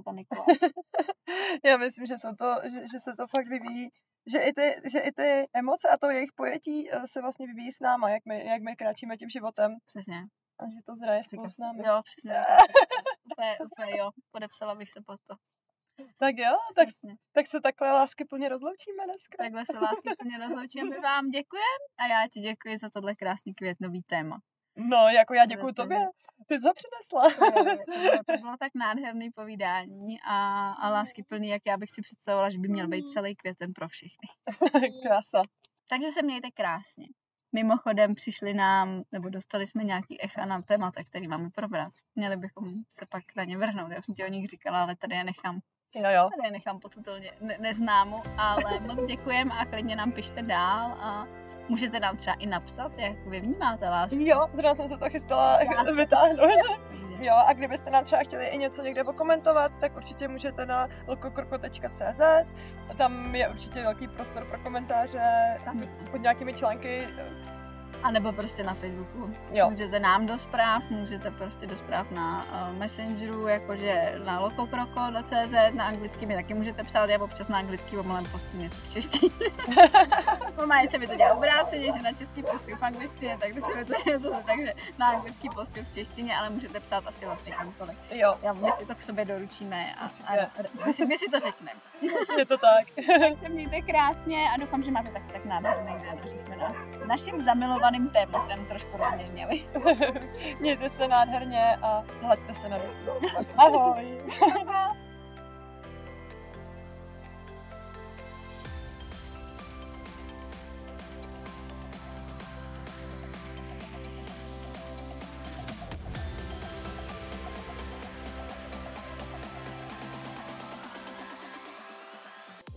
já myslím, že se to fakt vyvíjí, že i ty emoce a to jejich pojetí se vlastně vyvíjí s náma, jak my kráčíme tím životem. Přesně. A že to zraje spolu s námi. Jo, přesně. Úplně jo, podepsala bych se pod to. Tak jo, tak se takhle láskyplně rozloučíme dneska. Takhle se láskyplně rozloučíme. My vám děkujeme a já ti děkuji za tohle krásný květnový téma. No, jako já děkuju tobě. Ty jsi ho přinesla. To bylo tak nádherný povídání a láskyplný, jak já bych si představovala, že by měl být celý květen pro všechny. Krása. Takže se mějte krásně. Mimochodem dostali jsme nějaký echa na témata, který máme probrat. Měli bychom se pak na ně vrhnout. Já jsem ti o nich říkala, ale tady je nechám. Jo. Tady je nechám potutelně neznámu, ale moc děkujeme a klidně nám pište dál a můžete nám třeba i napsat, jak vy vnímáte lásku. Jo, zrovna jsem se to chystala vytáhnout. Jo, a kdybyste nám třeba chtěli i něco někde okomentovat, tak určitě můžete na lkokroko.cz. Tam je určitě velký prostor pro komentáře pod nějakými články. A nebo prostě na Facebooku. Jo. Můžete nám do zpráv, můžete prostě do zpráv na Messengeru, jakože na lokokroko.cz, na anglicky mi taky můžete psát, já občas na anglicky omylem postuju něco v češtině. Normálně se mi to dělá obráceně, že na český postuju v angličtině, takže na anglický postuju v češtině, ale můžete psát asi vlastně kamkoliv. Jo. My si to k sobě doručíme a my si to řekneme. Je to tak. Tak se mějte krásně a doufám, že máte taky tak nádherný den, že jsme nás naším zamilovaným tématem trošku rozměnili. Mějte se nádherně a hlaďte se na věci. Ahoj.